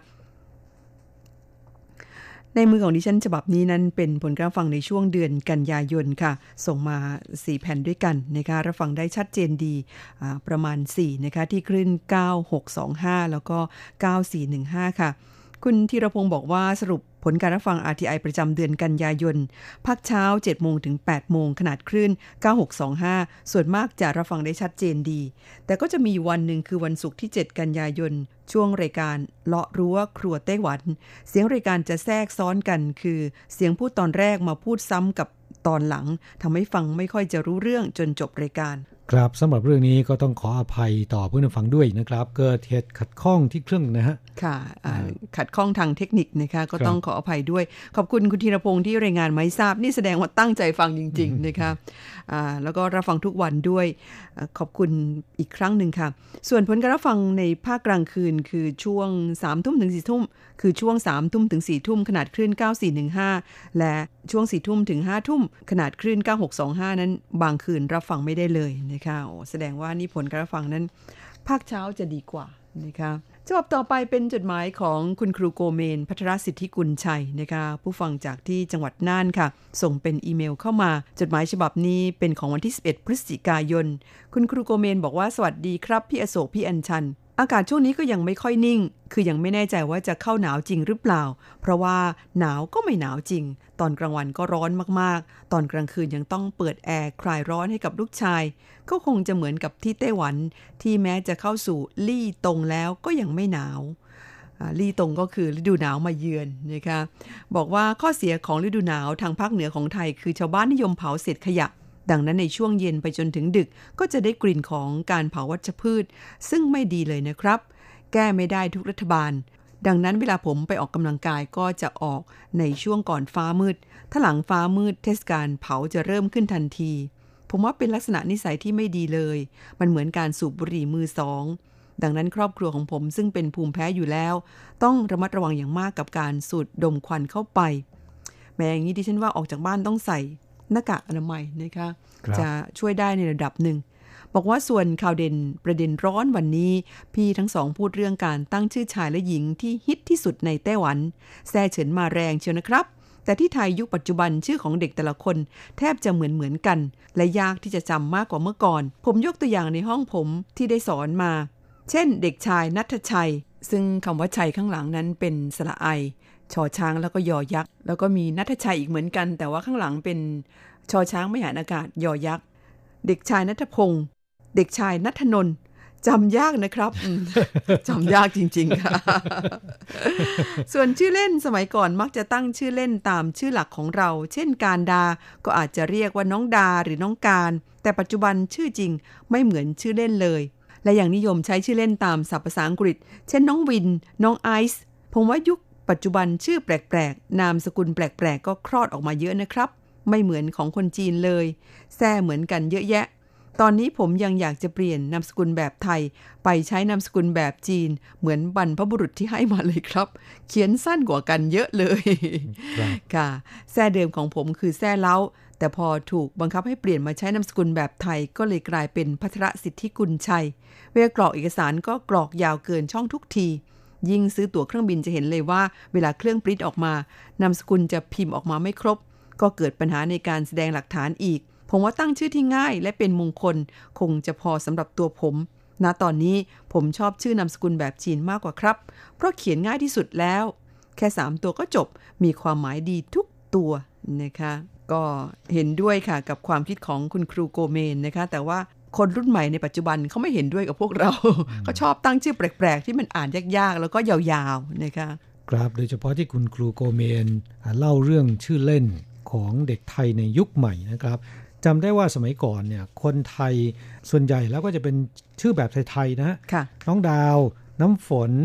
ในมือของดิฉันฉบับนี้นั้นเป็นผลการฟังในช่วงเดือนกันยายนค่ะส่งมาสี่แผ่นด้วยกันนะคะรับฟังได้ชัดเจนดีประมาณสี่นะคะที่คลื่นเก้าหกสองห้าแล้วก็เก้าสี่หนึ่งห้าค่ะคุณธีรพงษ์บอกว่าสรุปผลการรับฟัง อาร์ ที ไอ ประจำเดือนกันยายนภาคเช้า เจ็ดโมงถึงแปดโมงขนาดคลื่นเก้าหกสองห้าส่วนมากจะรับฟังได้ชัดเจนดีแต่ก็จะมีวันหนึ่งคือวันศุกร์ที่เจ็ดกันยายนช่วงรายการเลาะรั้วครัวไต้หวันเสียงรายการจะแทรกซ้อนกันคือเสียงพูดตอนแรกมาพูดซ้ำกับตอนหลังทำให้ฟังไม่ค่อยจะรู้เรื่องจนจบรายการครับสำหรับเรื่องนี้ก็ต้องขออภัยต่อเพื่อนฟังด้วยนะครับเกิดเหตุขัดข้องที่เครื่องนะฮะค่ะขัดข้องทางเทคนิคนะคะก็ต้องขออภัยด้วยขอบคุณคุณธีรพงษ์ที่รายงานมาให้ทราบนี่แสดงว่าตั้งใจฟังจริงๆนะคะแล้วก็รับฟังทุกวันด้วยขอบคุณอีกครั้งหนึ่งค่ะส่วนผลการรับฟังในภาคกลางคืนคือช่วง สามทุ่มถึงสี่ทุ่มคือช่วง สามทุ่มถึงสี่ทุ่มขนาดคลื่นเก้าสี่หนึ่งห้าและช่วง สี่ทุ่มถึงห้าทุ่มขนาดคลื่นเก้าหกสองห้านั้นบางคืนรับฟังไม่ได้เลยนะคะโอ้แสดงว่านี่ผลการรับฟังนั้นภาคเช้าจะดีกว่านะคะฉบับต่อไปเป็นจดหมายของคุณครูโกเมนภัทรสิทธิกุลชัยนะคะผู้ฟังจากที่จังหวัดน่านค่ะส่งเป็นอีเมลเข้ามาจดหมายฉบับนี้เป็นของวันที่สิบเอ็ดพฤศจิกายนคุณครูโกเมนบอกว่าสวัสดีครับพี่อโศกพี่อัญชันอากาศช่วงนี้ก็ยังไม่ค่อยนิ่งคือยังไม่แน่ใจว่าจะเข้าหนาวจริงหรือเปล่าเพราะว่าหนาวก็ไม่หนาวจริงตอนกลางวันก็ร้อนมากๆตอนกลางคืนยังต้องเปิดแอร์คลายร้อนให้กับลูกชายก็คงจะเหมือนกับที่ไต้หวันที่แม้จะเข้าสู่ลี่ตงแล้วก็ยังไม่หนาวลี่ตงก็คือฤดูหนาวมาเยือนนะคะบอกว่าข้อเสียของฤดูหนาวทางภาคเหนือของไทยคือชาวบ้านนิยมเผาเศษขยะดังนั้นในช่วงเย็นไปจนถึงดึกก็จะได้กลิ่นของการเผาวัชพืชซึ่งไม่ดีเลยนะครับแก้ไม่ได้ทุกรัฐบาลดังนั้นเวลาผมไปออกกำลังกายก็จะออกในช่วงก่อนฟ้ามืดถ้าหลังฟ้ามืดเทศกาลเผาจะเริ่มขึ้นทันทีผมว่าเป็นลักษณะนิสัยที่ไม่ดีเลยมันเหมือนการสูบบุหรี่มือสองดังนั้นครอบครัวของผมซึ่งเป็นภูมิแพ้อยู่แล้วต้องระมัดระวังอย่างมากกับการสูดดมควันเข้าไปแม้อย่างนี้ดิฉันว่าออกจากบ้านต้องใส่หน้ากากอนามัยนะคะจะช่วยได้ในระดับหนึ่งบอกว่าส่วนข่าวเด่นประเด็นร้อนวันนี้พี่ทั้งสองพูดเรื่องการตั้งชื่อชายและหญิงที่ฮิตที่สุดในไต้หวันแซ่เฉินมาแรงเชียวนะครับแต่ที่ไทยยุคปัจจุบันชื่อของเด็กแต่ละคนแทบจะเหมือนเหมือนกันและยากที่จะจำมากกว่าเมื่อก่อนผมยกตัวอย่างในห้องผมที่ได้สอนมาเช่นเด็กชายณัฐชัยซึ่งคำว่าชัยข้างหลังนั้นเป็นสระไอชอช้างแล้วก็ยอยักษ์แล้วก็มีณัฐชัยอีกเหมือนกันแต่ว่าข้างหลังเป็นชอช้างไม่หันอากาศยอยักษ์เด็กชายณัฐพงศ์เด็กชายณัฐนนท์จำยากนะครับ จำยากจริงๆค่ะ ส่วนชื่อเล่นสมัยก่อนมักจะตั้งชื่อเล่นตามชื่อหลักของเราเช่นการดาก็อาจจะเรียกว่าน้องดาหรือน้องการแต่ปัจจุบันชื่อจริงไม่เหมือนชื่อเล่นเลยและอย่างนิยมใช้ชื่อเล่นตามศัพท์ภาษาอังกฤษเช่นน้องวินน้องไอซ์ผมว่ายุคปัจจุบันชื่อแปลกๆนามสกุลแปลกๆก็คลอดออกมาเยอะนะครับไม่เหมือนของคนจีนเลยแซ่เหมือนกันเยอะแยะตอนนี้ผมยังอยากจะเปลี่ยนนามสกุลแบบไทยไปใช้นามสกุลแบบจีนเหมือนบรรพบุรุษที่ให้มาเลยครับเขียนสั้นกว่ากันเยอะเลยค่ะแซ่เดิมของผมคือแซ่เล้าแต่พอถูกบังคับให้เปลี่ยนมาใช้นามสกุลแบบไทยก็เลยกลายเป็นภัทรสิทธิกุลชัยเวลากรอกเอกสารก็กรอกยาวเกินช่องทุกทียิ่งซื้อตั๋วเครื่องบินจะเห็นเลยว่าเวลาเครื่องปริ้นออกมานามสกุลจะพิมพ์ออกมาไม่ครบก็เกิดปัญหาในการแสดงหลักฐานอีกผมว่าตั้งชื่อที่ง่ายและเป็นมงคลคงจะพอสำหรับตัวผมณตอนนี้ผมชอบชื่อนามสกุลแบบจีนมากกว่าครับเพราะเขียนง่ายที่สุดแล้วแค่สามตัวก็จบมีความหมายดีทุกตัวนะคะก็เห็นด้วยค่ะกับความคิดของคุณครูโกเมนนะคะแต่ว่าคนรุ่นใหม่ในปัจจุบันเขาไม่เห็นด้วยกับพวกเรา เขาชอบตั้งชื่อแปลกๆที่มันอ่านยากๆแล้วก็ยาวๆนะคะครับโดยเฉพาะที่คุณครูโกเมนเล่าเรื่องชื่อเล่นของเด็กไทยในยุคใหม่นะครับจำได้ว่าสมัยก่อนเนี่ยคนไทยส่วนใหญ่แล้วก็จะเป็นชื่อแบบไทยๆนะน้องดาวน้ำฝน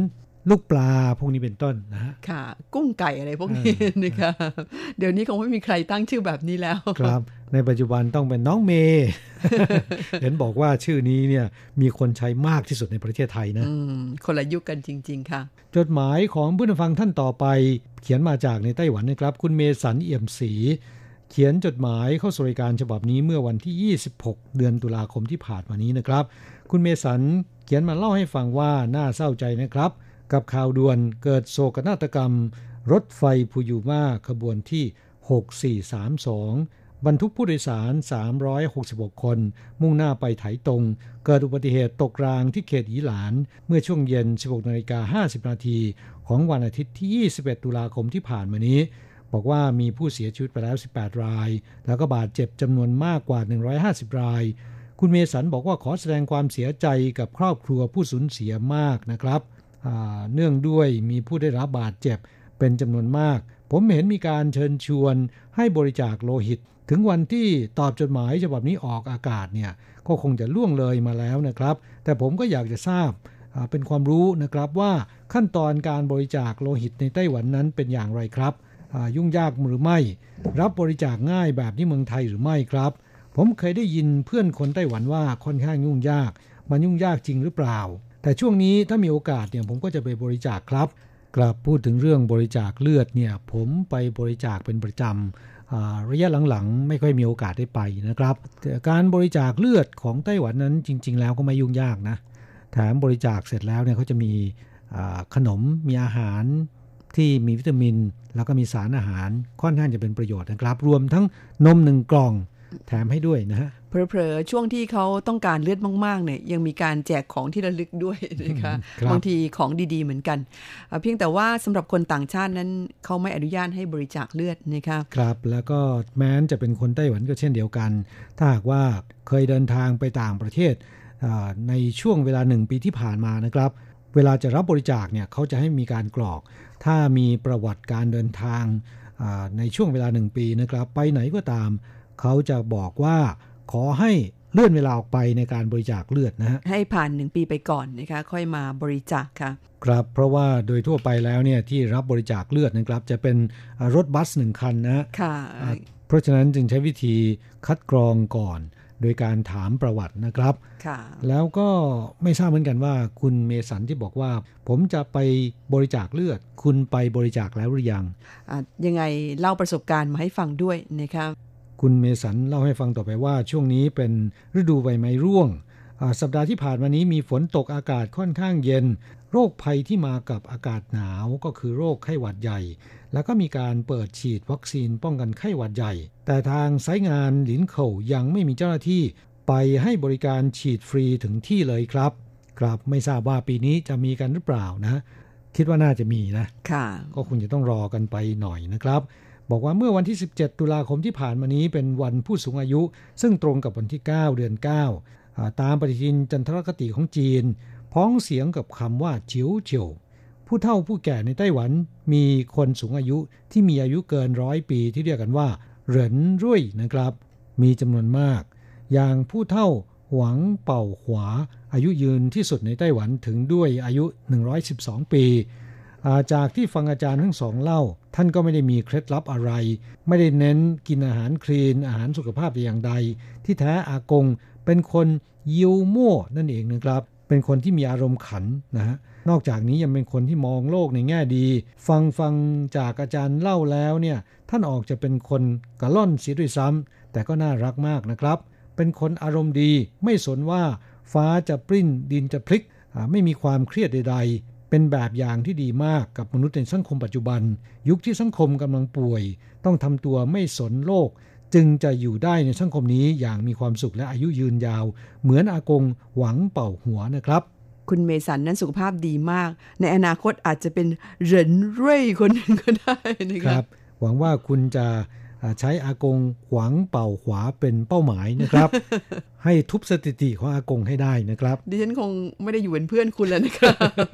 ลูกปลาพวกนี้เป็นต้นนะฮะค่ะกุ้งไก่อะไรพวกนี้นะคะเดี๋ยวนี้คงไม่มีใครตั้งชื่อแบบนี้แล้วครับในปัจจุบันต้องเป็นน้องเมย์ เห็นบอกว่าชื่อนี้เนี่ยมีคนใช้มากที่สุดในประเทศไทยนะคนละยุคกันจริงๆค่ะจดหมายของผู้ฟังท่านต่อไปเขียนมาจากในไต้หวันนะครับคุณเมสันเอี่ยมศรีเขียนจดหมายเข้าสู่รายการฉบับนี้เมื่อวันที่ยี่สิบหกเดือนตุลาคมที่ผ่านมานี้นะครับคุณเมสันเขียนมาเล่าให้ฟังว่าน่าเศร้าใจนะครับกับข่าวด่วนเกิดโศกนาฏกรรมรถไฟฟูยูมาขบวนที่หกสี่สามสองบรรทุกผู้โดยสารสามร้อยหกสิบหกคนมุ่งหน้าไปไถตงเกิดอุบัติเหตุตกรางที่เขตอีหลานเมื่อช่วงเย็น สิบหกนาฬิกาห้าสิบนาทีของวันอาทิตย์ที่ยี่สิบเอ็ดตุลาคมที่ผ่านมานี้บอกว่ามีผู้เสียชีวิตไปแล้วสิบแปดรายแล้วก็บาดเจ็บจำนวนมากกว่าหนึ่งร้อยห้าสิบรายคุณเมสันบอกว่าขอแสดงความเสียใจกับครอบครัวผู้สูญเสียมากนะครับเนื่องด้วยมีผู้ได้รับบาดเจ็บเป็นจำนวนมากผมเห็นมีการเชิญชวนให้บริจาคโลหิตถึงวันที่ตอบจดหมายฉบับนี้ออกอากาศเนี่ยก็คงจะล่วงเลยมาแล้วนะครับแต่ผมก็อยากจะทราบเป็นความรู้นะครับว่าขั้นตอนการบริจาคโลหิตในไต้หวันนั้นเป็นอย่างไรครับยุ่งยากหรือไม่รับบริจาคง่ายแบบที่เมืองไทยหรือไม่ครับผมเคยได้ยินเพื่อนคนไต้หวันว่าค่อนข้างยุ่งยากมันยุ่งยากจริงหรือเปล่าแต่ช่วงนี้ถ้ามีโอกาสเนี่ยผมก็จะไปบริจาคครับกลับพูดถึงเรื่องบริจาคเลือดเนี่ยผมไปบริจาคเป็นประจำระยะหลังๆไม่ค่อยมีโอกาสได้ไปนะครับแต่การบริจาคเลือดของไต้หวันนั้นจริงๆแล้วก็ไม่ยุ่งยากนะแถมบริจาคเสร็จแล้วเนี่ยเขาจะมีขนมมีอาหารที่มีวิตามินแล้วก็มีสารอาหารค่อนข้างจะเป็นประโยชน์นะครับรวมทั้งนมหนึ่งกล่องแถมให้ด้วยนะฮะเผลอๆช่วงที่เขาต้องการเลือดมากๆเนี่ยยังมีการแจกของที่ระลึกด้วยนะคะบางทีของดีๆเหมือนกันเพียงแต่ว่าสำหรับคนต่างชาตินั้นเขาไม่อนุญาตให้บริจาคเลือดนะคะครับแล้วก็แม้นจะเป็นคนไต้หวันก็เช่นเดียวกันถ้าหากว่าเคยเดินทางไปต่างประเทศในช่วงเวลาหนึ่งปีที่ผ่านมานะครับเวลาจะรับบริจาคเนี่ยเขาจะให้มีการกรอกถ้ามีประวัติการเดินทางในช่วงเวลาหนึ่งปีนะครับไปไหนก็ตามเขาจะบอกว่าขอให้เลื่อนเวลาออกไปในการบริจาคเลือดนะฮะให้ผ่านหนึ่งปีไปก่อนนะคะค่อยมาบริจาคค่ะครับเพราะว่าโดยทั่วไปแล้วเนี่ยที่รับบริจาคเลือดนะครับจะเป็นรถบัสหนึ่งคันนะค่ะเพราะฉะนั้นจึงใช้วิธีคัดกรองก่อนโดยการถามประวัตินะครับค่ะแล้วก็ไม่ทราบเหมือนกันว่าคุณเมสันที่บอกว่าผมจะไปบริจาคเลือดคุณไปบริจาคแล้วหรือยังอ่ะยังไงเล่าประสบการณ์มาให้ฟังด้วยนะครับคุณเมสันเล่าให้ฟังต่อไปว่าช่วงนี้เป็นฤดูใบไม้ร่วงสัปดาห์ที่ผ่านมานี้มีฝนตกอากาศค่อนข้างเย็นโรคภัยที่มากับอากาศหนาวก็คือโรคไข้หวัดใหญ่แล้วก็มีการเปิดฉีดวัคซีนป้องกันไข้หวัดใหญ่แต่ทางสายงานหลินเข่ายังไม่มีเจ้าหน้าที่ไปให้บริการฉีดฟรีถึงที่เลยครับครับไม่ทราบว่าปีนี้จะมีกันหรือเปล่านะคิดว่าน่าจะมีนะค่ะก็คงจะต้องรอกันไปหน่อยนะครับบอกว่าเมื่อวันที่สิบเจ็ดตุลาคมที่ผ่านมานี้เป็นวันผู้สูงอายุซึ่งตรงกับวันที่เก้าเดือนเก้าตามปฏิทินจันทรคติของจีนพ้องเสียงกับคำว่าจิ๋วเฉียวผู้เฒ่าผู้แก่ในไต้หวันมีคนสูงอายุที่มีอายุเกินร้อยปีที่เรียกกันว่าเหรินรุ่ยนะครับมีจำนวนมากอย่างผู้เฒ่าหวังเป่าขวาอายุยืนที่สุดในไต้หวันถึงด้วยอายุหนึ่งร้อยสิบสองปีจากที่ฟังอาจารย์ทั้งสองเล่าท่านก็ไม่ได้มีเคล็ดลับอะไรไม่ได้เน้นกินอาหารคลีนอาหารสุขภาพอย่างใดที่แท้อากงเป็นคนยิวมั่วนั่นเองนะครับเป็นคนที่มีอารมณ์ขันนะฮะนอกจากนี้ยังเป็นคนที่มองโลกในแง่ดีฟังฟังจากอาจารย์เล่าแล้วเนี่ยท่านออกจะเป็นคนกะล่อนเสียด้วยซ้ำแต่ก็น่ารักมากนะครับเป็นคนอารมณ์ดีไม่สนว่าฟ้าจะปริ้นดินจะพลิกไม่มีความเครียดใดๆเป็นแบบอย่างที่ดีมากกับมนุษย์ในสังคมปัจจุบันยุคที่สังคมกำลังป่วยต้องทำตัวไม่สนโลกจึงจะอยู่ได้ในสังคมนี้อย่างมีความสุขและอายุยืนยาวเหมือนอากงหวังเป่าหัวนะครับคุณเมสันนั้นสุขภาพดีมากในอนาคตอาจจะเป็นเหรินเร่ยคนหนึ่งก็ได้นะครับหวังว่าคุณจะใช้อากงหวังเป่าขวาเป็นเป้าหมายนะครับ ให้ทุบสถิติของอากงให้ได้นะครับดิฉันคงไม่ได้อยู่เป็นเพื่อนคุณแล้วนะครับ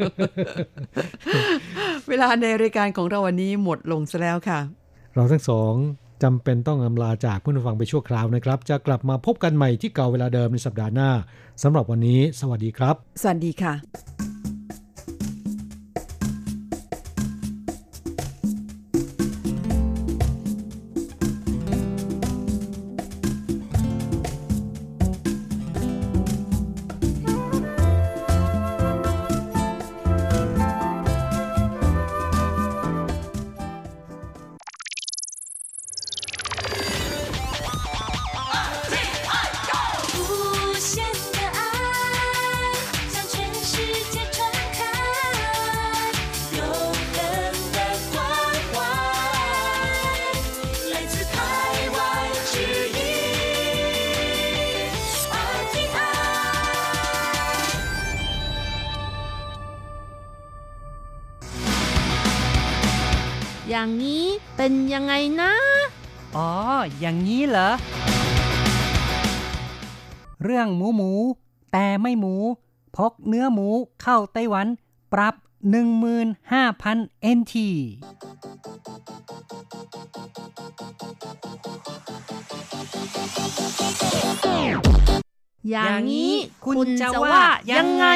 เวลาในรายการของเราวันนี้หมดลงซะแล้วค่ะเราทั้งสองจำเป็นต้องอำลาจากผู้ฟังไปชั่วคราวนะครับจะกลับมาพบกันใหม่ที่เก่าเวลาเดิมในสัปดาห์หน้าสำหรับวันนี้สวัสดีครับสวัสดีค่ะอย่างนี้เป็นยังไงนะอ๋ออย่างนี้เหรอเรื่องหมูหมูแต่ไม่หมูพกเนื้อหมูเข้าไต้หวันปรับ หนึ่งหมื่นห้าพัน เอ็น ทีอย่างนี้คุณจะว่ายังไง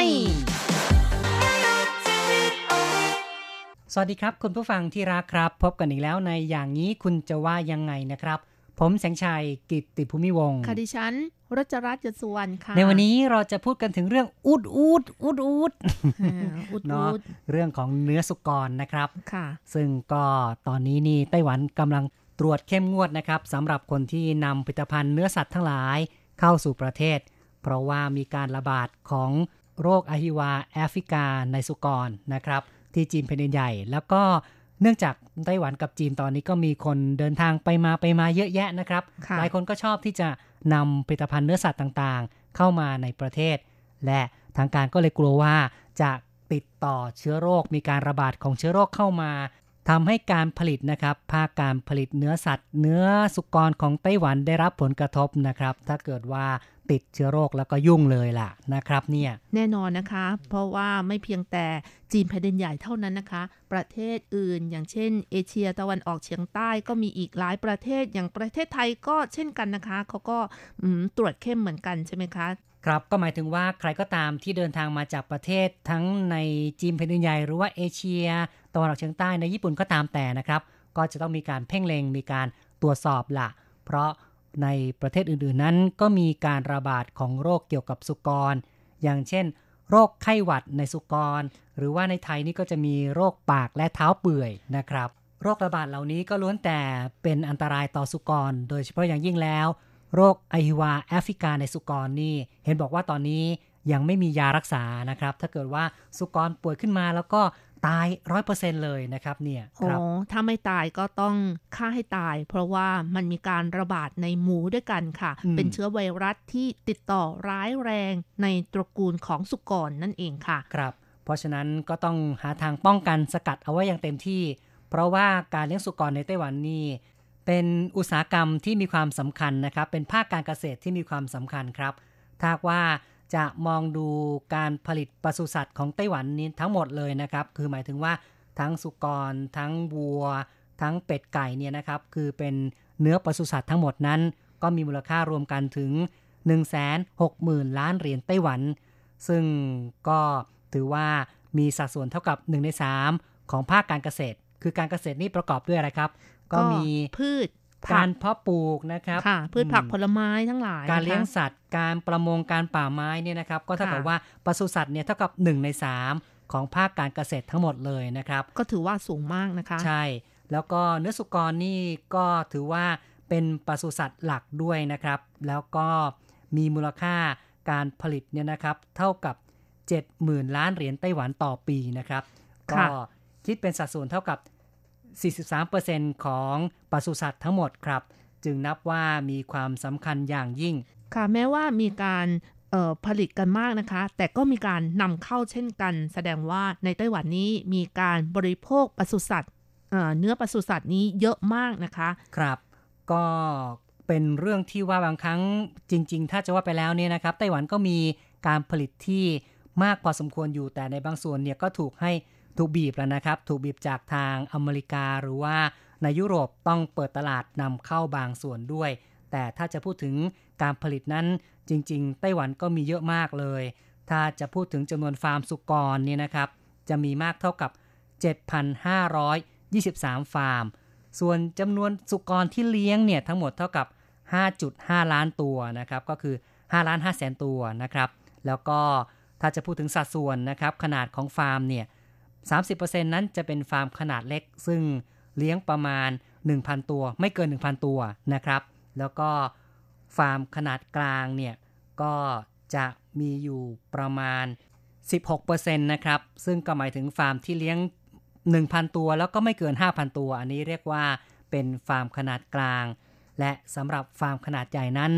สวัสดีครับคุณผู้ฟังที่รักครับพบกันอีกแล้วในอย่างนี้คุณจะว่ายังไงนะครับผมแสงชัยกิตติภูมิวงศ์ค่ะดิฉันรัชรัตน์ ยศสุวรรณค่ะในวันนี้เราจะพูดกันถึงเรื่องอูดอูดอูดอูดอูดเนาะเรื่องของเนื้อสุกรนะครับค่ะซึ่งก็ตอนนี้นี่ไต้หวันกำลังตรวจเข้มงวดนะครับสำหรับคนที่นำผลิตภัณฑ์เนื้อสัตว์ทั้งหลายเข้าสู่ประเทศเพราะว่ามีการระบาดของโรคอหิวาแอฟริกาในสุกรนะครับที่จีนแผ่นดินใหญ่แล้วก็เนื่องจากไต้หวันกับจีนตอนนี้ก็มีคนเดินทางไปมาไปมาเยอะแยะนะครับหลายคนก็ชอบที่จะนำผลิตภัณฑ์เนื้อสัตว์ต่างๆเข้ามาในประเทศและทางการก็เลยกลัวว่าจะติดต่อเชื้อโรคมีการระบาดของเชื้อโรคเข้ามาทำให้การผลิตนะครับภาคการผลิตเนื้อสัตว์เนื้อสุกรของไต้หวันได้รับผลกระทบนะครับถ้าเกิดว่าติดเชื้อโรคแล้วก็ยุ่งเลยล่ะนะครับเนี่ยแน่นอนนะคะเพราะว่าไม่เพียงแต่จีนแผ่นดินใหญ่เท่านั้นนะคะประเทศอื่นอย่างเช่นเอเชียตะวันออกเฉียงใต้ก็มีอีกหลายประเทศอย่างประเทศไทยก็เช่นกันนะคะเขาก็ตรวจเข้มเหมือนกันใช่ไหมคะครับก็หมายถึงว่าใครก็ตามที่เดินทางมาจากประเทศทั้งในจีนแผ่นดินใหญ่หรือว่าเอเชียตะวันออกเฉียงใต้ในญี่ปุ่นก็ตามแต่นะครับก็จะต้องมีการเพ่งเล็งมีการตรวจสอบล่ะเพราะในประเทศอื่นๆนั้นก็มีการระบาดของโรคเกี่ยวกับสุกรอย่างเช่นโรคไข้หวัดในสุกรหรือว่าในไทยนี่ก็จะมีโรคปากและเท้าเปื่อยนะครับโรคระบาดเหล่านี้ก็ล้วนแต่เป็นอันตรายต่อสุกรโดยเฉพาะอย่างยิ่งแล้วโรคอหิวาแอฟริกาในสุกรนี่เห็นบอกว่าตอนนี้ยังไม่มียารักษานะครับถ้าเกิดว่าสุกรป่วยขึ้นมาแล้วก็ตาย ร้อยเปอร์เซ็นต์ เลยนะครับเนี่ยครับอ๋อถ้าไม่ตายก็ต้องฆ่าให้ตายเพราะว่ามันมีการระบาดในหมูด้วยกันค่ะเป็นเชื้อไวรัสที่ติดต่อร้ายแรงในตระกูลของสุกรนั่นเองค่ะครับเพราะฉะนั้นก็ต้องหาทางป้องกันสกัดเอาไว้อย่างเต็มที่เพราะว่าการเลี้ยงสุกรในไต้หวันนี่เป็นอุตสาหกรรมที่มีความสำคัญนะครับเป็นภาคการเกษตรที่มีความสำคัญครับถ้าว่าจะมองดูการผลิตปศุสัตว์ของไต้หวันนี้ทั้งหมดเลยนะครับคือหมายถึงว่าทั้งสุกรทั้งวัวทั้งเป็ดไก่เนี่ยนะครับคือเป็นเนื้อปศุสัตว์ทั้งหมดนั้นก็มีมูลค่ารวมกันถึง หนึ่งแสนหกหมื่น ล้านเหรียญไต้หวันซึ่งก็ถือว่ามีสัดส่วนเท่ากับหนึ่งในสามของภาคการเกษตรคือการเกษตรนี่ประกอบด้วยอะไรครับก็มีพืชการเพาะปลูกนะครับค่ะพืชผักผลไม้ทั้งหลายการเลี้ยงสัตว์การประมงการป่าไม้เนี่ยนะครับก็เท่ากับว่าปศุสัตว์เนี่ยเท่ากับหนึ่งในสามของภาคการเกษตรทั้งหมดเลยนะครับก็ถือว่าสูงมากนะคะใช่แล้วก็เนื้อสุกรนี่ก็ถือว่าเป็นปศุสัตว์หลักด้วยนะครับแล้วก็มีมูลค่าการผลิตเนี่ยนะครับเท่ากับ เจ็ดหมื่น ล้านเหรียญไต้หวันต่อปีนะครับก็คิดเป็นสัดส่วนเท่ากับสี่สิบสามเปอร์เซ็นต์ ของปศุสัตว์ทั้งหมดครับจึงนับว่ามีความสำคัญอย่างยิ่งค่ะแม้ว่ามีการผลิตกันมากนะคะแต่ก็มีการนำเข้าเช่นกันแสดงว่าในไต้หวันนี้มีการบริโภคปศุสัตว์เนื้อปศุสัตว์นี้เยอะมากนะคะครับก็เป็นเรื่องที่ว่าบางครั้งจริงๆถ้าจะว่าไปแล้วเนี่ยนะครับไต้หวันก็มีการผลิตที่มากพอสมควรอยู่แต่ในบางส่วนเนี่ยก็ถูกให้ถูกบีบแล้วนะครับถูกบีบจากทางอเมริกาหรือว่าในยุโรปต้องเปิดตลาดนำเข้าบางส่วนด้วยแต่ถ้าจะพูดถึงการผลิตนั้นจริงๆไต้หวันก็มีเยอะมากเลยถ้าจะพูดถึงจำนวนฟาร์มสุกรเนี่ยนะครับจะมีมากเท่ากับ เจ็ดพันห้าร้อยยี่สิบสาม ฟาร์มส่วนจำนวนสุกรที่เลี้ยงเนี่ยทั้งหมดเท่ากับ ห้าจุดห้า ล้านตัวนะครับก็คือห้าล้านห้าแสนตัวนะครับแล้วก็ถ้าจะพูดถึงสัดส่วนนะครับขนาดของฟาร์มเนี่ยสามสิบเปอร์เซ็นต์ นั้นจะเป็นฟาร์มขนาดเล็กซึ่งเลี้ยงประมาณ หนึ่งพัน ตัวไม่เกิน หนึ่งพัน ตัวนะครับแล้วก็ฟาร์มขนาดกลางเนี่ยก็จะมีอยู่ประมาณ สิบหกเปอร์เซ็นต์ นะครับซึ่งก็หมายถึงฟาร์มที่เลี้ยง หนึ่งพัน ตัวแล้วก็ไม่เกิน ห้าพัน ตัวอันนี้เรียกว่าเป็นฟาร์มขนาดกลางและสำหรับฟาร์มขนาดใหญ่นั้น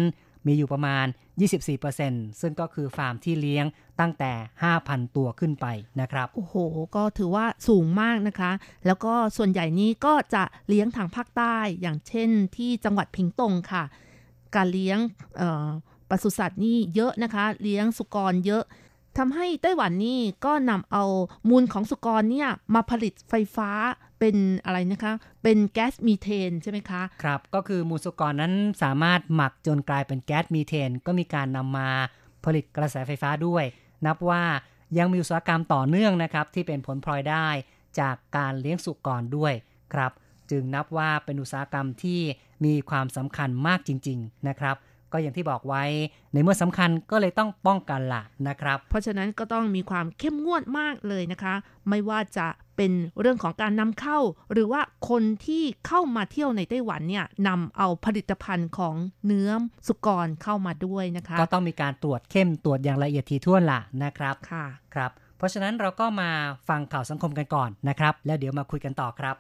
มีอยู่ประมาณ ยี่สิบสี่เปอร์เซ็นต์ ซึ่งก็คือฟาร์มที่เลี้ยงตั้งแต่ ห้าพัน ตัวขึ้นไปนะครับโอ้โหก็ถือว่าสูงมากนะคะแล้วก็ส่วนใหญ่นี้ก็จะเลี้ยงทางภาคใต้อย่างเช่นที่จังหวัดพิงตงค่ะการเลี้ยงเอ่อปศุสัตว์นี่เยอะนะคะเลี้ยงสุกรเยอะทำให้ไต้หวันนี่ก็นำเอามูลของสุกรเนี่ยมาผลิตไฟฟ้าเป็นอะไรนะคะเป็นแก๊สมีเทนใช่ไหมคะครับก็คือมูลสุกรนั้นสามารถหมักจนกลายเป็นแก๊สมีเทนก็มีการนำมาผลิตกระแสไฟฟ้าด้วยนับว่ายังมีอุตสาหกรรมต่อเนื่องนะครับที่เป็นผลพลอยได้จากการเลี้ยงสุกรด้วยครับจึงนับว่าเป็นอุตสาหกรรมที่มีความสำคัญมากจริงๆนะครับก็อย่างที่บอกไว้ในเมื่อสำคัญก็เลยต้องป้องกันล่ะนะครับเพราะฉะนั้นก็ต้องมีความเข้มงวดมากเลยนะคะไม่ว่าจะเป็นเรื่องของการนำเข้าหรือว่าคนที่เข้ามาเที่ยวในไต้หวันเนี่ยนำเอาผลิตภัณฑ์ของเนื้อสุกรเข้ามาด้วยนะคะก็ต้องมีการตรวจเข้มตรวจอย่างละเอียดถี่ถ้วนล่ะนะครับค่ะครับเพราะฉะนั้นเราก็มาฟังข่าวสังคมกันก่อนนะครับแล้วเดี๋ยวมาคุยกันต่อครับ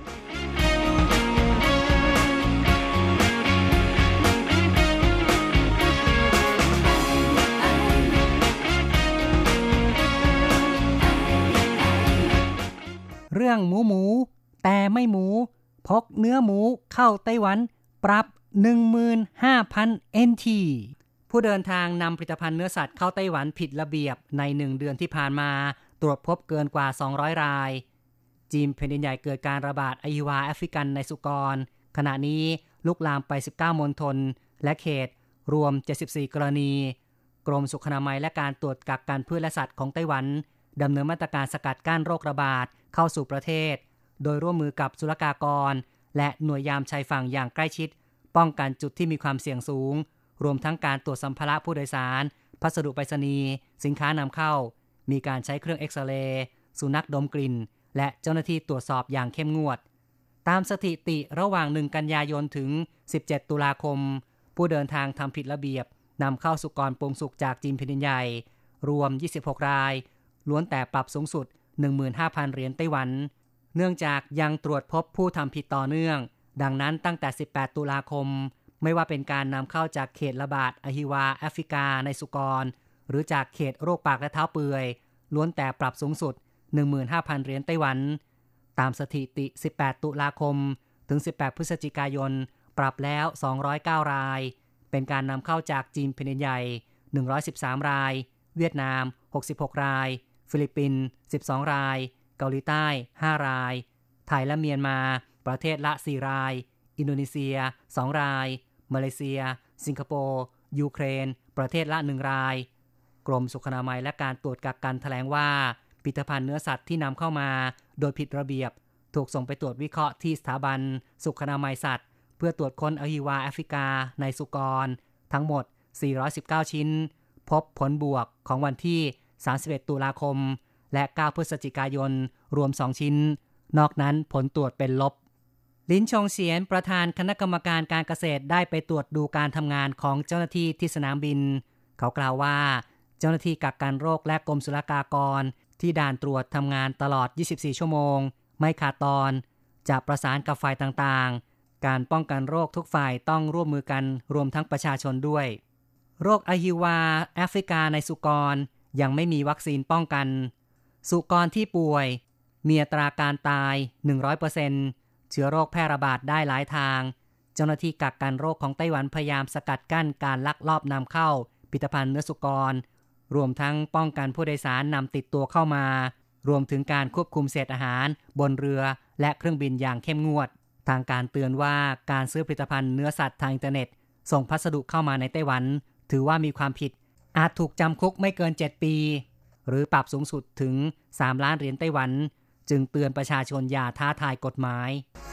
เรื่องหมูหมูแต่ไม่หมูพกเนื้อหมูเข้าไต้หวันปรับ หนึ่งหมื่นห้าพัน เอ็น ที ผู้เดินทางนำผลิตภัณฑ์เนื้อสัตว์เข้าไต้หวันผิดระเบียบในหนึ่งเดือนที่ผ่านมาตรวจพบเกินกว่าสองร้อยรายจีนแผ่นดินใหญ่เกิดการระบาดอหิวาแอฟริกันในสุกรขณะนี้ลุกลามไปสิบเก้ามณฑลและเขตรวมเจ็ดสิบสี่กรณีกรมสุขอนามัยและการตรวจกักกันพืชและสัตว์ของไต้หวันดำเนินมาตรการสกัดกั้นโรคระบาดเข้าสู่ประเทศโดยร่วมมือกับศุลกากรและหน่วยยามชายฝั่งอย่างใกล้ชิดป้องกันจุดที่มีความเสี่ยงสูงรวมทั้งการตรวจสัมภาระผู้โดยสารพัสดุไปรษณีย์สินค้านำเข้ามีการใช้เครื่องเอ็กซเรย์สุนัขดมกลิ่นและเจ้าหน้าที่ตรวจสอบอย่างเข้มงวดตามสถิติระหว่างหนึ่งกันยายนถึงสิบเจ็ดตุลาคมผู้เดินทางทำผิดระเบียบนำเข้าสุกรปรุงสุกจากจีนแผ่นดินใหญ่รวมยี่สิบหกรายล้วนแต่ปรับสูงสุด หนึ่งหมื่นห้าพัน เหรียญไต้หวันเนื่องจากยังตรวจพบผู้ทำผิดต่อเนื่องดังนั้นตั้งแต่สิบแปดตุลาคมไม่ว่าเป็นการนำเข้าจากเขตระบาดอหิวาแอฟริกาในสุกรหรือจากเขตโรคปากและเท้าเปื่อยล้วนแต่ปรับสูงสุด หนึ่งหมื่นห้าพัน เหรียญไต้หวันตามสถิติสิบแปดตุลาคมถึงสิบแปดพฤศจิกายนปรับแล้วสองร้อยเก้ารายเป็นการนำเข้าจากจีนแผ่นดินใหญ่หนึ่งร้อยสิบสามรายเวียดนามหกสิบหกรายฟิลิปปินส์สิบสองรายเกาหลีใต้ห้ารายไทยและเมียนมาประเทศละสี่รายอินโดนีเซียสองรายมาเลเซียสิงคโปร์ยูเครนประเทศละหนึ่งรายกรมสุขอนามัยและการตรวจกักกันแถลงว่าผลิตภัณฑ์เนื้อสัตว์ที่นำเข้ามาโดยผิดระเบียบถูกส่งไปตรวจวิเคราะห์ที่สถาบันสุขอนามัยสัตว์เพื่อตรวจค้นอหิวาแอฟริกาในสุกรทั้งหมดสี่ร้อยสิบเก้าชิ้นพบผลบวกของวันที่สามสิบเอ็ดตุลาคมและเก้าพฤศจิกายนรวมสองชิ้นนอกนั้นผลตรวจเป็นลบลินชงเฉียนประธานคณะกรรมการการเกษตรได้ไปตรวจดูการทำงานของเจ้าหน้าที่ที่สนามบินเขากล่าวว่าเจ้าหน้าที่กักกันโรคและกรมศุลกากรที่ด่านตรวจทำงานตลอดยี่สิบสี่ชั่วโมงไม่ขาดตอนจะประสานกับฝ่ายต่างๆการป้องกันโรคทุกฝ่ายต้องร่วมมือกันรวมทั้งประชาชนด้วยโรคอหิวาแอฟริกาในสุกรยังไม่มีวัคซีนป้องกันสุกรที่ป่วยมีอัตราการตาย หนึ่งร้อยเปอร์เซ็นต์ เชื้อโรคแพร่ระบาดได้หลายทางเจ้าหน้าที่กักกันโรคของไต้หวันพยายามสกัดกั้นการลักลอบนำเข้าผลิตภัณฑ์เนื้อสุกรรวมทั้งป้องกันผู้โดยสารนำติดตัวเข้ามารวมถึงการควบคุมเศษอาหารบนเรือและเครื่องบินอย่างเข้มงวดทางการเตือนว่าการซื้อผลิตภัณฑ์เนื้อสัตว์ทางอินเทอร์เน็ตส่งพัสดุเข้ามาในไต้หวันถือว่ามีความผิดอาจถูกจำคุกไม่เกินเจ็ดปีหรือปรับสูงสุดถึงสามล้านเหรียญไต้หวันจึงเตือนประชาชนอย่าท้าทายกฎหมาย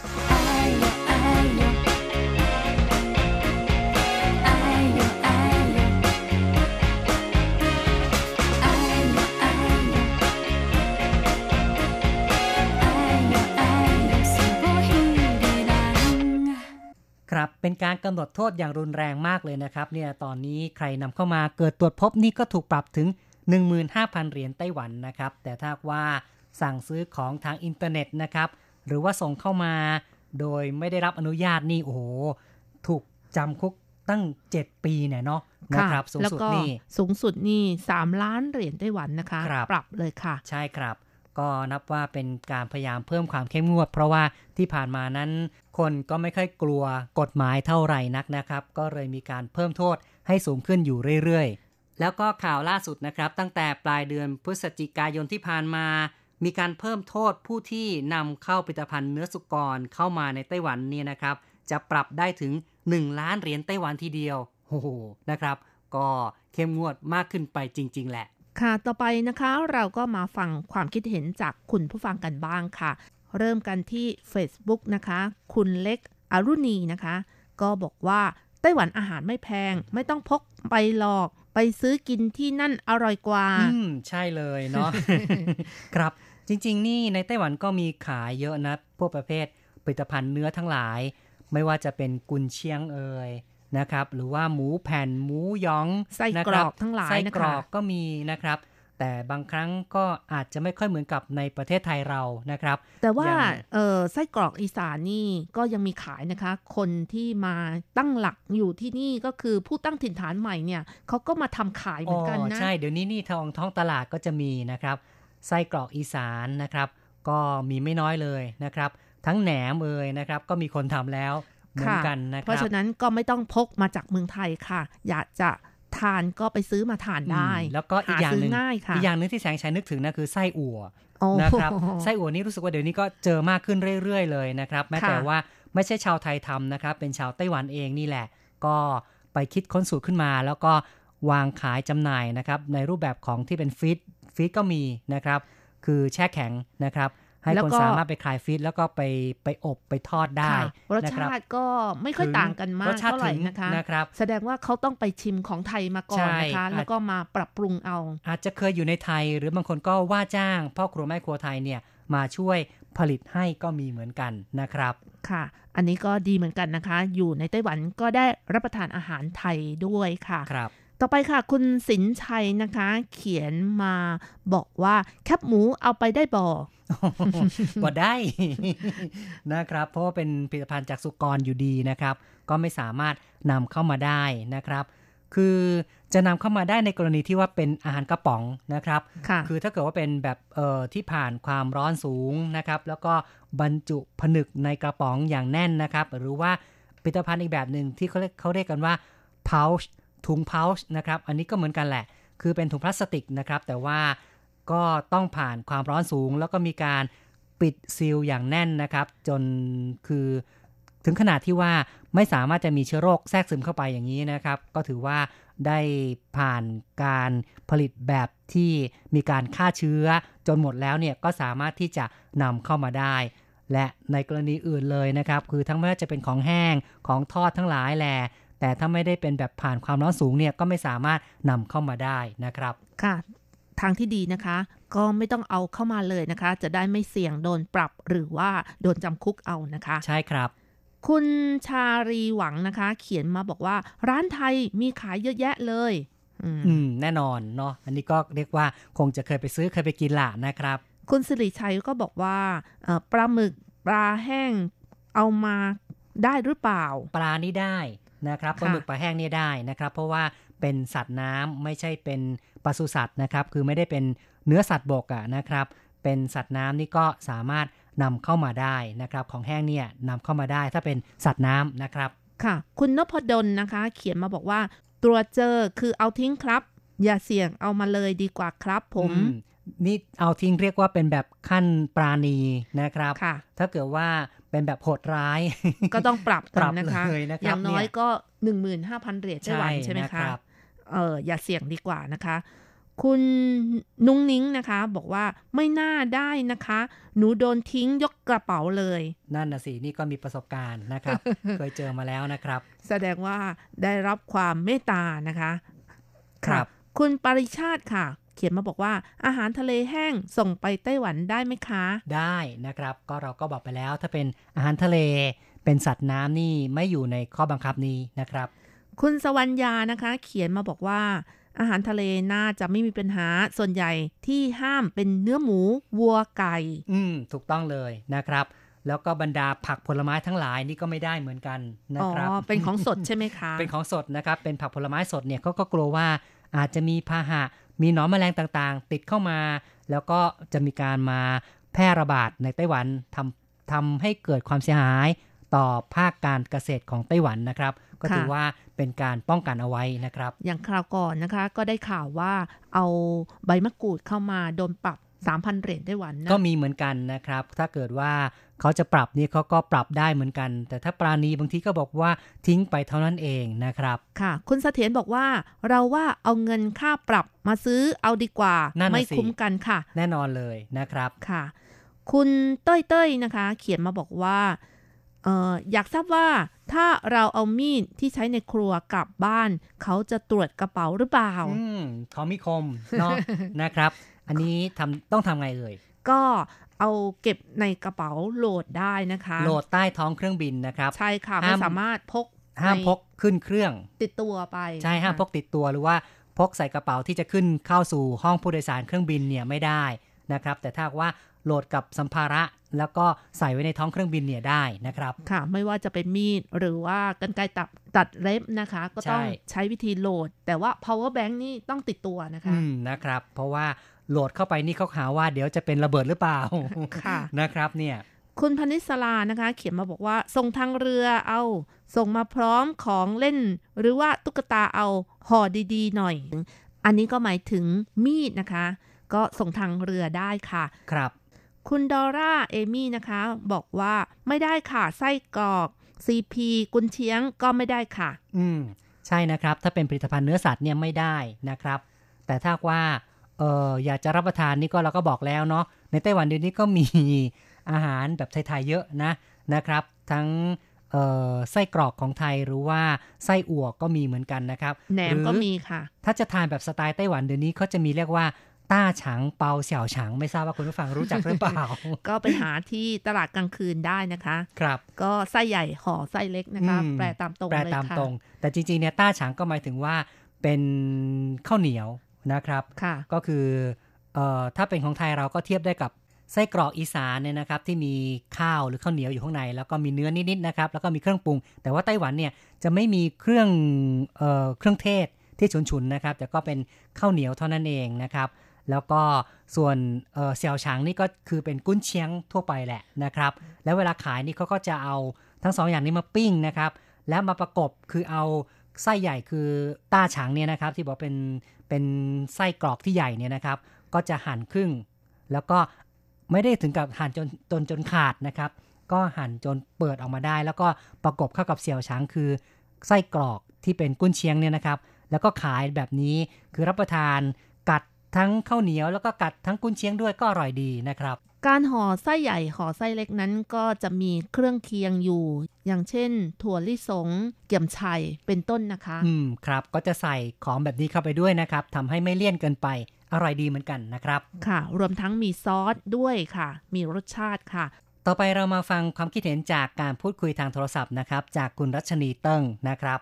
ครับเป็นการกำหนดโทษอย่างรุนแรงมากเลยนะครับเนี่ยตอนนี้ใครนำเข้ามาเกิดตรวจพบนี่ก็ถูกปรับถึง หนึ่งหมื่นห้าพัน เหรียญไต้หวันนะครับแต่ถ้าว่าสั่งซื้อของทางอินเทอร์เน็ตนะครับหรือว่าส่งเข้ามาโดยไม่ได้รับอนุญาตนี่โอ้โหถูกจำคุกตั้งเจ็ดปีเนี่ยเนาะนะครับสูงสุดนี่สูงสุดนี่สามล้านเหรียญไต้หวันนะคะปรับเลยค่ะใช่ครับก็นับว่าเป็นการพยายามเพิ่มความเข้มงวดเพราะว่าที่ผ่านมานั้นคนก็ไม่ค่อยกลัวกฎหมายเท่าไหร่นักนะครับก็เลยมีการเพิ่มโทษให้สูงขึ้นอยู่เรื่อยๆแล้วก็ข่าวล่าสุดนะครับตั้งแต่ปลายเดือนพฤศจิกายนที่ผ่านมามีการเพิ่มโทษผู้ที่นำเข้าผลิตภัณฑ์เนื้อสุกรเข้ามาในไต้หวันเนี่ยนะครับจะปรับได้ถึงหนึ่งล้านเหรียญไต้หวันทีเดียวโอ้โหนะครับก็เข้มงวดมากขึ้นไปจริงๆแหละค่ะต่อไปนะคะเราก็มาฟังความคิดเห็นจากคุณผู้ฟังกันบ้างค่ะเริ่มกันที่ Facebook นะคะคุณเล็กอรุณีนะคะก็บอกว่าไต้หวันอาหารไม่แพงไม่ต้องพกไปหรอกไปซื้อกินที่นั่นอร่อยกว่าอืมใช่เลยเนาะ ครับจริงๆนี่ในไต้หวันก็มีขายเยอะนะพวกประเภทผลิตภัณฑ์เนื้อทั้งหลายไม่ว่าจะเป็นกุนเชียงเอ่ยนะครับหรือว่าหมูแผ่นหมูยองไส้กรอกทั้งหลายนะคะไส้กรอกก็มีนะครับแต่บางครั้งก็อาจจะไม่ค่อยเหมือนกับในประเทศไทยเรานะครับแต่ว่าเออไส้กรอกอีสานนี่ก็ยังมีขายนะคะคนที่มาตั้งหลักอยู่ที่นี่ก็คือผู้ตั้งถิ่นฐานใหม่เนี่ยเขาก็มาทำขายเหมือนกันนะใช่เดี๋ยวนี้นี่ทางท้องตลาดก็จะมีนะครับไส้กรอกอีสานนะครับก็มีไม่น้อยเลยนะครับทั้งแหนมเอ่ยนะครับก็มีคนทำแล้วเหมือนกันนะครับเพราะฉะนั้นก็ไม่ต้องพกมาจากเมืองไทยค่ะอยากจะทานก็ไปซื้อมาทานได้แล้วก็อีกอย่างนึงอีกอย่างนึงที่แสงชัยนึกถึงนะคือไส้อั่วนะครับไส้อั่วนี่รู้สึกว่าเดี๋ยวนี้ก็เจอมากขึ้นเรื่อยๆเลยนะครับแม้แต่ว่าไม่ใช่ชาวไทยทำนะครับเป็นชาวไต้หวันเองนี่แหละก็ไปคิดค้นสูตรขึ้นมาแล้วก็วางขายจำหน่ายนะครับในรูปแบบของที่เป็นฟีดฟีดก็มีนะครับคือแช่แข็งนะครับให้คนสามารถไปคลายฟีดแล้วก็ไปไปอบไปทอดได้รสชาติก็ไม่ค่อยต่างกันมากเท่าไหร่นะคะแสดงว่าเขาต้องไปชิมของไทยมาก่อนนะคะแล้วก็มาปรับปรุงเอาอาจจะเคยอยู่ในไทยหรือบางคนก็ว่าจ้างพ่อครัวแม่ครัวไทยเนี่ยมาช่วยผลิตให้ก็มีเหมือนกันนะครับค่ะอันนี้ก็ดีเหมือนกันนะคะอยู่ในไต้หวันก็ได้รับประทานอาหารไทยด้วยค่ะครับต่อไปค่ะคุณสินชัยนะคะเขียนมาบอกว่าแคบหมูเอาไปได้บ่บ่ได้ นะครับเพราะว่าเป็นผลิตภัณฑ์จากสุกรอยู่ดีนะครับก็ไม่สามารถนำเข้ามาได้นะครับคือจะนำเข้ามาได้ในกรณีที่ว่าเป็นอาหารกระป๋องนะครับคือถ้าเกิดว่าเป็นแบบเอ่อที่ผ่านความร้อนสูงนะครับแล้วก็บรรจุผนึกในกระป๋องอย่างแน่นนะครับหรือว่าผลิตภัณฑ์อีกแบบนึงที่เขาเรียกเขาเรียกกันว่า pouchถุง pouch นะครับอันนี้ก็เหมือนกันแหละคือเป็นถุงพลาสติกนะครับแต่ว่าก็ต้องผ่านความร้อนสูงแล้วก็มีการปิดซีลอย่างแน่นนะครับจนคือถึงขนาดที่ว่าไม่สามารถจะมีเชื้อโรคแทรกซึมเข้าไปอย่างนี้นะครับก็ถือว่าได้ผ่านการผลิตแบบที่มีการฆ่าเชื้อจนหมดแล้วเนี่ยก็สามารถที่จะนำเข้ามาได้และในกรณีอื่นเลยนะครับคือทั้งไม่ว่าจะเป็นของแห้งของทอดทั้งหลายแหละแต่ถ้าไม่ได้เป็นแบบผ่านความร้อนสูงเนี่ยก็ไม่สามารถนำเข้ามาได้นะครับค่ะทางที่ดีนะคะก็ไม่ต้องเอาเข้ามาเลยนะคะจะได้ไม่เสี่ยงโดนปรับหรือว่าโดนจำคุกเอานะคะใช่ครับคุณชารีหวังนะคะเขียนมาบอกว่าร้านไทยมีขายเยอะแยะเลยอืม มแน่นอนเนาะอันนี้ก็เรียกว่าคงจะเคยไปซื้อเคยไปกินละนะครับคุณสิริชัยก็บอกว่าปลาหมึกปลาแห้งเอามาได้หรือเปล่าปลานี่ได้นะครับปลาหมึกปลาแห้งนี่ได้นะครับเพราะว่าเป็นสัตว์น้ำไม่ใช่เป็นปศุสัตว์นะครับคือไม่ได้เป็นเนื้อสัตว์บกอะนะครับเป็นสัตว์น้ำนี่ก็สามารถนำเข้ามาได้นะครับของแห้งเนี่ยนำเข้ามาได้ถ้าเป็นสัตว์น้ำนะครับค่ะคุณนพดลนะคะเขียนมาบอกว่าตรวจเจอคือเอาทิ้งครับอย่าเสี่ยงเอามาเลยดีกว่าครับผมนี่เอาทิ้งเรียกว่าเป็นแบบขั้นปราณีนะครับถ้าเกิดว่าเป็นแบบโหดร้ายก็ต้องปรับกันนะคะอย่างน้อยก็ หนึ่งหมื่นห้าพัน เหรียญไต้หวันใช่ไหมคะเอออย่าเสี่ยงดีกว่านะคะคุณนุ้งนิ้งนะคะบอกว่าไม่น่าได้นะคะหนูโดนทิ้งยกกระเป๋าเลยนั่นน่ะสินี่ก็มีประสบการณ์นะครับ เคยเจอมาแล้วนะครับแสดงว่าได้รับความเมตตานะคะครับคุณปริชาติค่ะเขียนมาบอกว่าอาหารทะเลแห้งส่งไปไต้หวันได้ไหมคะได้นะครับก็เราก็บอกไปแล้วถ้าเป็นอาหารทะเลเป็นสัตว์น้ำนี่ไม่อยู่ในข้อบังคับนี้นะครับคุณสวรรญานะคะเขียนมาบอกว่าอาหารทะเลน่าจะไม่มีปัญหาส่วนใหญ่ที่ห้ามเป็นเนื้อหมูวัวไก่อืมถูกต้องเลยนะครับแล้วก็บรรดาผักผลไม้ทั้งหลายนี่ก็ไม่ได้เหมือนกันนะครับอ๋อเป็นของสดใช่ไหมคะเป็นของสดนะครับเป็นผักผลไม้สดเนี่ยเขาก็กลัวว่าอาจจะมีพาหะมีหนอนแมลงต่างๆติดเข้ามาแล้วก็จะมีการมาแพร่ระบาดในไต้หวันทำทำให้เกิดความเสียหายต่อภาคการเกษตรของไต้หวันนะครับก็ถือว่าเป็นการป้องกันเอาไว้นะครับอย่างคราวก่อนนะคะก็ได้ข่าวว่าเอาใบมะกรูดเข้ามาโดนปรับ สามพัน เหรียญไต้หวันนะก็มีเหมือนกันนะครับถ้าเกิดว่าเขาจะปรับนี่เขาก็ปรับได้เหมือนกันแต่ถ้าปราณีบางทีก็บอกว่าทิ้งไปเท่านั้นเองนะครับค่ะคุณเสถียรบอกว่าเราว่าเอาเงินค่าปรับมาซื้อเอาดีกว่าไม่คุ้มกันค่ะแน่นอนเลยนะครับค่ะคุณเต้ยเต้ยนะคะเขียนมาบอกว่าเอ่ออยากทราบว่าถ้าเราเอามีดที่ใช้ในครัวกลับบ้านเขาจะตรวจกระเป๋าหรือเปล่าอืมเขามีคมเนาะ นะครับอันนี้ทำต้องทำไงเอ่ยก็เอาเก็บในกระเป๋าโหลดได้นะคะโหลดใต้ท้องเครื่องบินนะครับใช่ค่ะไม่สามารถพกห้ามพกขึ้นเครื่องติดตัวไปใช่ห้ามพกติดตัวหรือว่าพกใส่กระเป๋าที่จะขึ้นเข้าสู่ห้องผู้โดยสารเครื่องบินเนี่ยไม่ได้นะครับแต่ถ้าว่าโหลดกับสัมภาระแล้วก็ใส่ไว้ในท้องเครื่องบินเนี่ยได้นะครับค่ะไม่ว่าจะเป็นมีดหรือว่ากรรไกรตัดตัดเล็บนะคะก็ต้องใช้วิธีโหลดแต่ว่า power bank นี่ต้องติดตัวนะคะอืมนะครับเพราะว่าโหลดเข้าไปนี่เขาหาว่าเดี๋ยวจะเป็นระเบิดหรือเปล่าค่ะนะครับเนี่ยคุณพนิษลานะคะเขียนมาบอกว่าส่งทางเรือเอาส่งมาพร้อมของเล่นหรือว่าตุ๊กตาเอาห่อดีๆหน่อยอันนี้ก็หมายถึงมีดนะคะก็ส่งทางเรือได้ค่ะครับคุณดอร่าเอมี่นะคะบอกว่าไม่ได้ค่ะไส้กรอก ซี พี กุนเชียงก็ไม่ได้ค่ะอืมใช่นะครับถ้าเป็นผลิตภัณฑ์เนื้อสัตว์เนี่ยไม่ได้นะครับแต่ถ้าว่าเอออยากจะรับประทานนี่ก็เราก็บอกแล้วเนาะในไต้หวันเดี๋ยวนี้ก็มีอาหารแบบไทยๆเยอะนะนะครับทั้งเอ่อไส้กรอกของไทยหรือว่าไส้อั่วก็มีเหมือนกันนะครับแหนมก็มีค่ะถ้าจะทานแบบสไตล์ไต้หวันเดี๋ยวนี้เขาจะมีเรียกว่าต้าฉางเปาเสี่ยวฉางไม่ทราบว่าคุณผู้ฟังรู้จักหรือเปล่าก็ไปหาที่ตลาดกลางคืนได้นะคะครับก็ไส้ใหญ่ห่อไส้เล็กนะคะแปลตามตรงเลยค่ะแปลตามตรงแต่จริงๆเนี่ยต้าฉางก็หมายถึงว่าเป็นข้าวเหนียวนะครับก็คือเอ่อถ้าเป็นของไทยเราก็เทียบได้กับไส้กรอกอีสานเนี่ยนะครับที่มีข้าวหรือข้าวเหนียวอยู่ข้างในแล้วก็มีเนื้อนิดๆนะครับแล้วก็มีเครื่องปรุงแต่ว่าไต้หวันเนี่ยจะไม่มีเครื่องเอ่อเครื่องเทศที่ฉุนๆนะครับแต่ก็เป็นข้าวเหนียวเท่านั้นเองนะครับแล้วก็ส่วนเอ่อเสี่ยวฉางนี่ก็คือเป็นกุ้นเชียงทั่วไปแหละนะครับแล้วเวลาขายนี่เขาก็จะเอาทั้งสองอย่างนี้มาปิ้งนะครับแล้วมาประกบคือเอาไส้ใหญ่คือต้าฉางเนี่ยนะครับที่บอกเป็นเป็นไส้กรอกที่ใหญ่เนี่ยนะครับก็จะหั่นครึ่งแล้วก็ไม่ได้ถึงกับหั่นจนจนจนขาดนะครับก็หั่นจนเปิดออกมาได้แล้วก็ประกบเข้ากับเสี่ยวฉางคือไส้กรอกที่เป็นกุ้นเชียงเนี่ยนะครับแล้วก็ขายแบบนี้คือรับประทานกัดทั้งข้าวเหนียวแล้วก็กัดทั้งกุ้นเชียงด้วยก็อร่อยดีนะครับการห่อไส้ใหญ่ห่อไส้เล็กนั้นก็จะมีเครื่องเคียงอยู่อย่างเช่นถั่วลิสงเกี่ยมไชเป็นต้นนะคะอืมครับก็จะใส่ของแบบนี้เข้าไปด้วยนะครับทำให้ไม่เลี่ยนเกินไปอร่อยดีเหมือนกันนะครับค่ะรวมทั้งมีซอสด้วยค่ะมีรสชาติค่ะต่อไปเรามาฟังความคิดเห็นจากการพูดคุยทางโทรศัพท์นะครับจากคุณรัชนีเติ้งนะครับ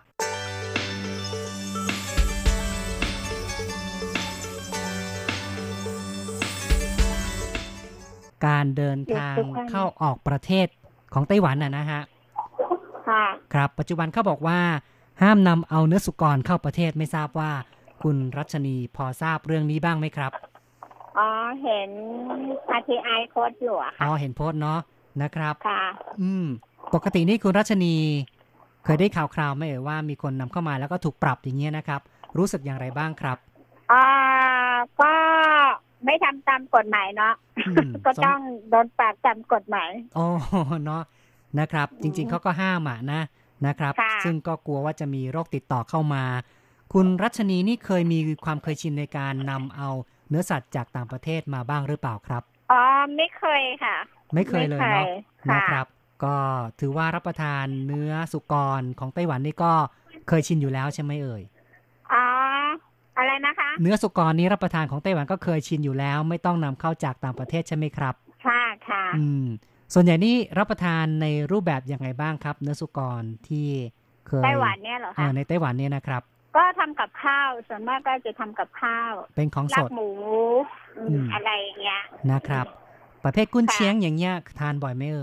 การเดินทางเข้าออกประเทศของไต้หวันน่ะนะฮะค่ะครับปัจจุบันเขาบอกว่าห้ามนำเอาเนื้อสุกรเข้าประเทศไม่ทราบว่าคุณรัชนีพอทราบเรื่องนี้บ้างไหมครับอ๋อเห็น อาร์ ที ไอ โพสต์อยู่ค่ะอ๋อเห็นโพสต์เนาะนะครับค่ะอืมปกตินี่คุณรัชนีเคยได้ข่าวคราวไหมเอ่ยว่ามีคนนำเข้ามาแล้วก็ถูกปรับอย่างเงี้ยนะครับรู้สึกอย่างไรบ้างครับอ่าก็ไม่ทำตามกฎหมายเนาะก็ต้องโดนปรับตามกฎหมายอ๋อเนาะนะครับจริงๆเขาก็ห้ามอ่ะนะนะครับซึ่งก็กลัวว่าจะมีโรคติดต่อเข้ามาคุณรัชนีนี่เคยมีความเคยชินในการนำเอาเนื้อสัตว์จากต่างประเทศมาบ้างหรือเปล่าครับอ๋อไม่เคยค่ะไม่เคยเลยเนาะนะครับก็ถือว่ารับประทานเนื้อสุกรของไต้หวันนี่ก็เคยชินอยู่แล้วใช่ไหมเอ่ยอ๋ออะไรนะคะเนื้อสุกรนี้รับประทานของไต้หวันก็เคยชินอยู่แล้วไม่ต้องนำเข้าจากต่างประเทศใช่ไหมครับค่ะค่ะอืมส่วนใหญ่นี่รับประทานในรูปแบบยังไงบ้างครับเนื้อสุกรที่เคยไต้หวันเนี่ยเหรอคะในไต้หวันเนี่ยนะครับก็ทำกับข้าวส่วนมากก็จะทำกับข้าวเป็นของสดลาบหมูอะไรอย่างเงี้ยนะครับประเภทกุ้นเชียงอย่างเงี้ยทานบ่อยไหมเอ่ย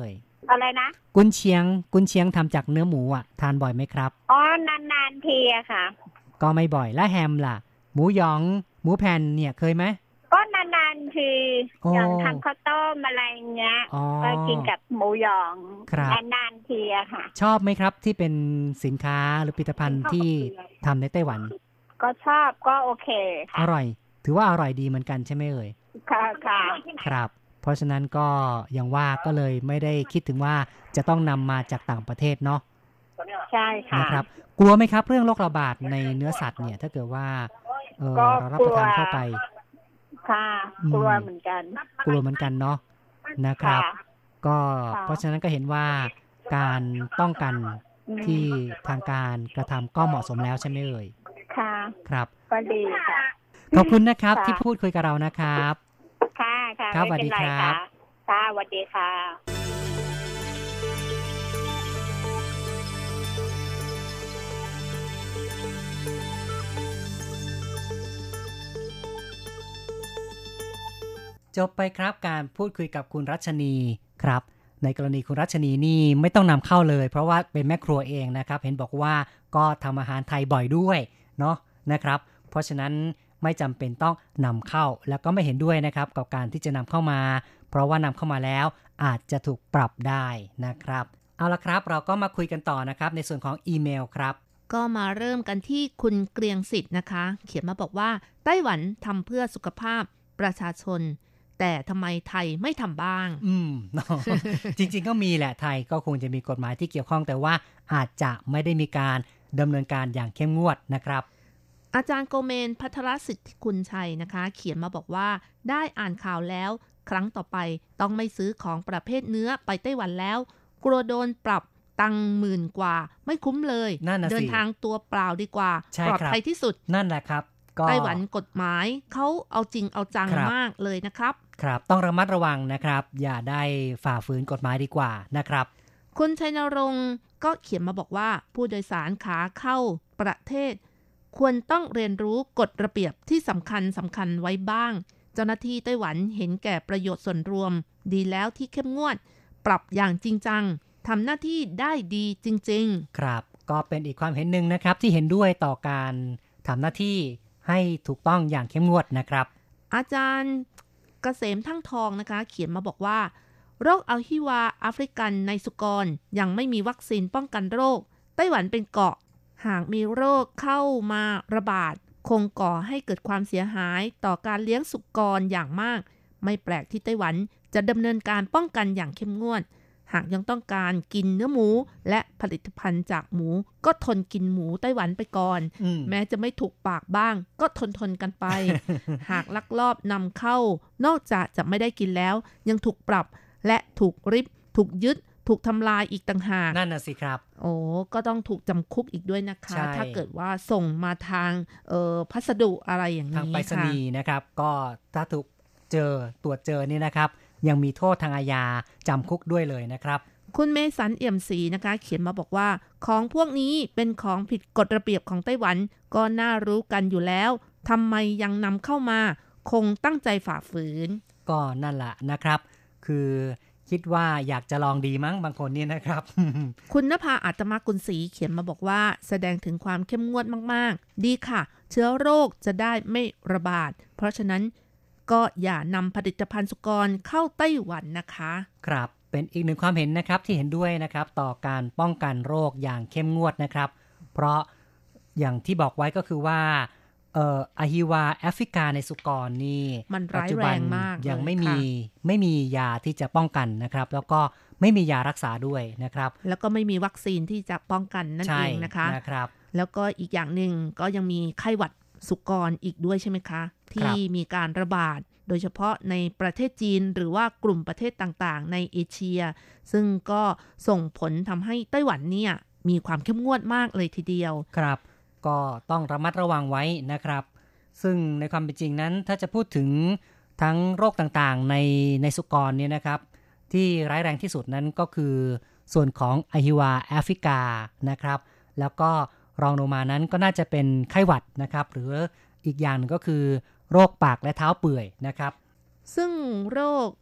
อะไรนะกุนเชียงกุนเชียงทำจากเนื้อหมูอ่ะทานบ่อยไหมครับอ๋อนานๆทีอะค่ะก็ไม่บ่อยแล้วแฮมล่ะหมูหยองหมูแผ่นเนี่ยเคยไหมก็นานๆทีอย่างทำข้าวต้มอะไรเงี้ยก็กินกับหมูหยองนานๆทีอะค่ะชอบไหมครับที่เป็นสินค้าหรือผลิตภัณฑ์ที่ทำในไต้หวันก็ชอบก็โอเคค่ะอร่อยถือว่าอร่อยดีเหมือนกันใช่ไหมเอ่ยค่ะค่ะครับเพราะฉะนั้นก็อย่างว่าก็เลยไม่ได้คิดถึงว่าจะต้องนำมาจากต่างประเทศเนาะใช่ค่ะนะครับกลัวไหมครับเรื่องโรคระบาดในเนื้อสัตว์เนี่ยถ้าเกิดว่าเออเรารับประทานเข้าไปค่ะกลัวเหมือนกันกลัวเหมือนกันเนาะนะครับก็เพราะฉะนั้นก็เห็นว่าการป้องกันที่ทางการกระทำก็เหมาะสมแล้วใช่ไหมเอ่ยค่ะครับก็ดีค่ะขอบคุณนะครับที่พูดคุยกับเรานะครับค่ะค่ะครับสวัสดีครับค่ะสวัสดีค่ะจบไปครับการพูดคุยกับคุณรัชนีครับในกรณีคุณรัชนีนี่ไม่ต้องนำเข้าเลยเพราะว่าเป็นแม่ครัวเองนะครับเห็นบอกว่าก็ทำอาหารไทยบ่อยด้วยเนาะนะครับเพราะฉะนั้นไม่จำเป็นต้องนำเข้าแล้วก็ไม่เห็นด้วยนะครับกับการที่จะนำเข้ามาเพราะว่านำเข้ามาแล้วอาจจะถูกปรับได้นะครับเอาละครับเราก็มาคุยกันต่อนะครับในส่วนของอีเมลครับก็มาเริ่มกันที่คุณเกรียงสิทธิ์นะคะเขียนมาบอกว่าไต้หวันทำเพื่อสุขภาพประชาชนแต่ทำไมไทยไม่ทำบ้างอืม จริงๆก็มีแหละไทยก็คงจะมีกฎหมายที่เกี่ยวข้องแต่ว่าอาจจะไม่ได้มีการดำเนินการอย่างเข้มงวดนะครับอาจารย์โกเมนภัทรสิทธิคุณชัยนะคะเขียนมาบอกว่าได้อ่านข่าวแล้วครั้งต่อไปต้องไม่ซื้อของประเภทเนื้อไปไต้หวันแล้วกลัวโดนปรับตังหมื่นกว่าไม่คุ้มเลยเดินทางตัวเปล่าดีกว่าปลอดภัยที่สุดนั่นแหละครับไต้หวันกฎหมายเขาเอาจริงเอาจังมากเลยนะครับครับต้องระมัดระวังนะครับอย่าได้ฝ่าฝืนกฎหมายดีกว่านะครับคุณชัยนรงค์ก็เขียนมาบอกว่าผู้โดยสารขาเข้าประเทศควรต้องเรียนรู้กฎระเบียบที่สำคัญสำคัญไว้บ้างเจ้าหน้าที่ไต้หวันเห็นแก่ประโยชน์ส่วนรวมดีแล้วที่เข้มงวดปรับอย่างจริงจังทำหน้าที่ได้ดีจริงๆครับก็เป็นอีกความเห็นหนึ่งนะครับที่เห็นด้วยต่อการทำหน้าที่ให้ถูกต้องอย่างเข้มงวดนะครับอาจารย์เกษมทั้งทองนะคะเขียนมาบอกว่าโรคอัลฮิวาแอฟริกันในสุกรยังไม่มีวัคซีนป้องกันโรคไต้หวันเป็นเกาะหากมีโรคเข้ามาระบาดคงก่อให้เกิดความเสียหายต่อการเลี้ยงสุกรอย่างมากไม่แปลกที่ไต้หวันจะดำเนินการป้องกันอย่างเข้มงวดหากยังต้องการกินเนื้อหมูและผลิตภัณฑ์จากหมูก็ทนกินหมูไต้หวันไปก่อนแม้จะไม่ถูกปากบ้างก็ทนทนกันไป หากลักลอบนำเข้านอกจากจะไม่ได้กินแล้วยังถูกปรับและถูกริบถูกยึดถูกทำลายอีกต่างหากนั่นน่ะสิครับโอ้ก็ต้องถูกจำคุกอีกด้วยนะคะถ้าเกิดว่าส่งมาทางเอ่อพัสดุอะไรอย่างนี้ทางไปรษณีย์นะครับก็ถ้าถูกเจอตรวจเจอนี่นะครับยังมีโทษทางอาญาจำคุกด้วยเลยนะครับคุณเมสันเอี่ยมศรีนะคะเขียนมาบอกว่าของพวกนี้เป็นของผิดกฎระเบียบของไต้หวันก็น่ารู้กันอยู่แล้วทำไมยังนำเข้ามาคงตั้งใจฝ่าฝืนก็นั่นแหละนะครับคือคิดว่าอยากจะลองดีมั้งบางคนนี่นะครับคุณณภาอาตมากุลศรีเขียนมาบอกว่าแสดงถึงความเข้มงวดมากๆดีค่ะเชื้อโรคจะได้ไม่ระบาดเพราะฉะนั้นก็อย่านำผลิตภัณฑ์สุกรเข้าไต้หวันนะคะครับเป็นอีกหนึ่งความเห็นนะครับที่เห็นด้วยนะครับต่อการป้องกันโรคอย่างเข้มงวดนะครับเพราะอย่างที่บอกไว้ก็คือว่าเอ่ออะฮิวาแอฟริกาในสุกรนี่มันร้ายแรงมากยังไม่มีไม่มียาที่จะป้องกันนะครับแล้วก็ไม่มียารักษาด้วยนะครับแล้วก็ไม่มีวัคซีนที่จะป้องกันนั่นเองนะคะนะครับแล้วก็อีกอย่างหนึ่งก็ยังมีไข้หวัดสุกรอีกด้วยใช่ไหมคะที่มีการระบาดโดยเฉพาะในประเทศจีนหรือว่ากลุ่มประเทศต่างๆในเอเชียซึ่งก็ส่งผลทำให้ไต้หวันเนี่ยมีความเข้มงวดมากเลยทีเดียวครับก็ต้องระมัดระวังไว้นะครับซึ่งในความเป็นจริงนั้นถ้าจะพูดถึงทั้งโรคต่างๆในในสุกรเนี่ยนะครับที่ร้ายแรงที่สุดนั้นก็คือส่วนของอะฮิวาแอฟริกานะครับแล้วก็รองลงมานั้นก็น่าจะเป็นไข้หวัดนะครับหรืออีกอย่างหนึ่งก็คือโรคปากและเท้าเปื่อยนะครับซึ่งโรค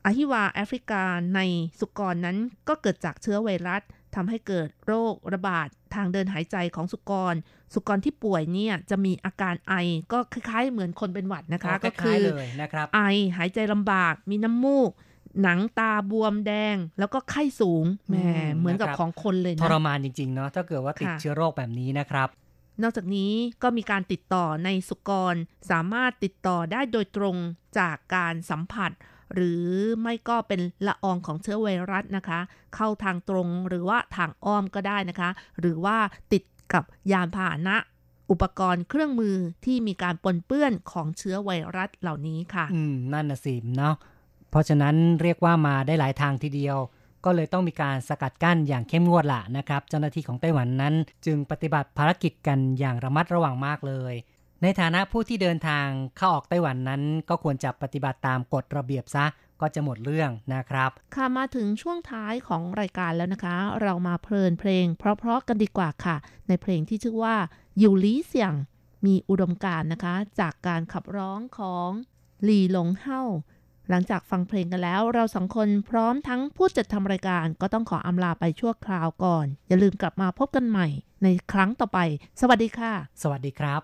อหิวาแอฟริกาในสุกรนั้นก็เกิดจากเชื้อไวรัสทำให้เกิดโรคระบาดทางเดินหายใจของสุกรสุกรที่ป่วยเนี่ยจะมีอาการไอก็คล้ายๆเหมือนคนเป็นหวัดนะคะก็คือไอหายใจลำบากมีน้ำมูกหนังตาบวมแดงแล้วก็ไข้สูงแหมเหมือนกับของคนเลยนะทรมานจริงๆเนาะถ้าเกิดว่าติดเชื้อโรคแบบนี้นะครับนอกจากนี้ก็มีการติดต่อในสุกรสามารถติดต่อได้โดยตรงจากการสัมผัสหรือไม่ก็เป็นละอองของเชื้อไวรัสนะคะเข้าทางตรงหรือว่าทางอ้อมก็ได้นะคะหรือว่าติดกับยานพาหนะอุปกรณ์เครื่องมือที่มีการปนเปื้อนของเชื้อไวรัสเหล่านี้ค่ะอืมนั่นน่ะสิเนาะเพราะฉะนั้นเรียกว่ามาได้หลายทางทีเดียวก็เลยต้องมีการสกัดกั้นอย่างเข้มงวดล่ะนะครับเจ้าหน้าที่ของไต้หวันนั้นจึงปฏิบัติภารกิจกันอย่างระมัดระวังมากเลยในฐานะผู้ที่เดินทางเข้าออกไต้หวันนั้นก็ควรจะปฏิบัติตามกฎระเบียบซะก็จะหมดเรื่องนะครับค่ะมาถึงช่วงท้ายของรายการแล้วนะคะเรามาเพลินเพลงเพราะๆกันดีกว่าค่ะในเพลงที่ชื่อว่าอยู่ลี่เสี่ยงมีอุดมการณ์นะคะจากการขับร้องของหลี่หลงเฮาหลังจากฟังเพลงกันแล้วเราสองคนพร้อมทั้งผู้จัดทำรายการก็ต้องขออำลาไปชั่วคราวก่อนอย่าลืมกลับมาพบกันใหม่ในครั้งต่อไปสวัสดีค่ะสวัสดีครับ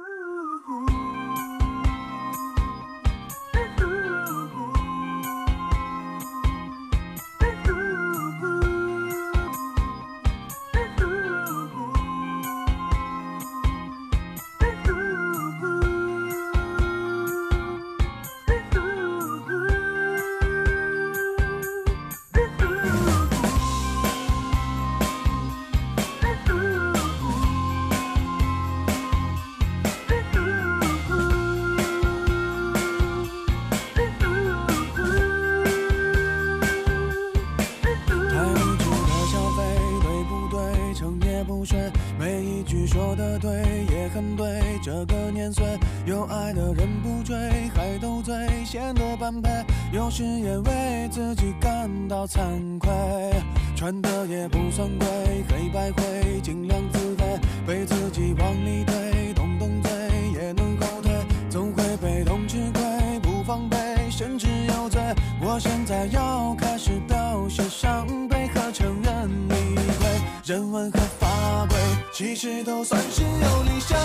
这个年岁有爱的人不追还斗嘴显得般配有时也为自己感到惭愧穿的也不算贵黑白灰尽量自卑被自己往里推动动嘴也能后退总会被动吃亏不防备甚至有罪我现在要开始表现伤悲和承认理亏人文和法规其实都算是有理想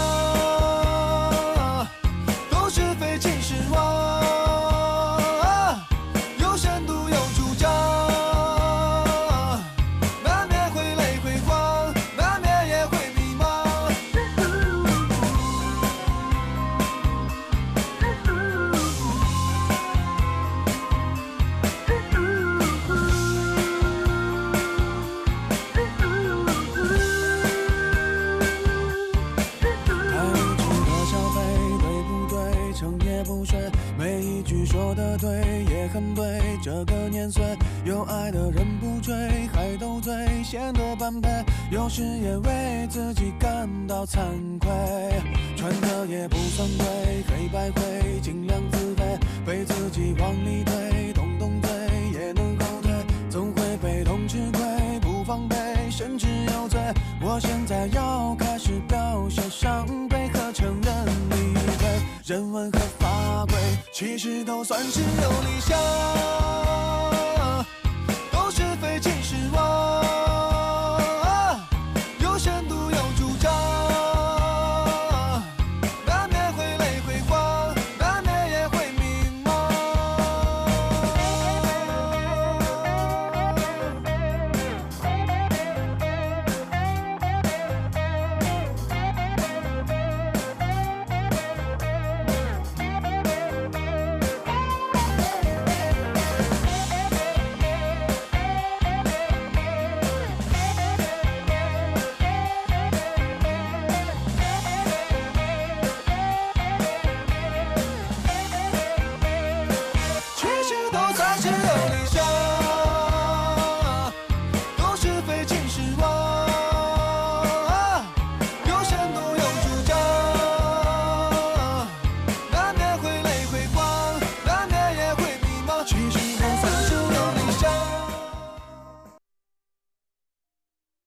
都是非其实我有深度有主张难免会累会慌难免也会迷茫每一句说的对也很对这个年岁有爱的人不追还斗嘴显得般配有时也为自己感到惭愧穿的也不算贵黑白灰尽量自卑被自己往里推动动嘴也能后退总会被动吃亏不防备甚至有罪我现在要开始表现伤悲和承认理亏人文和法规其实都算是有理想都是非其实我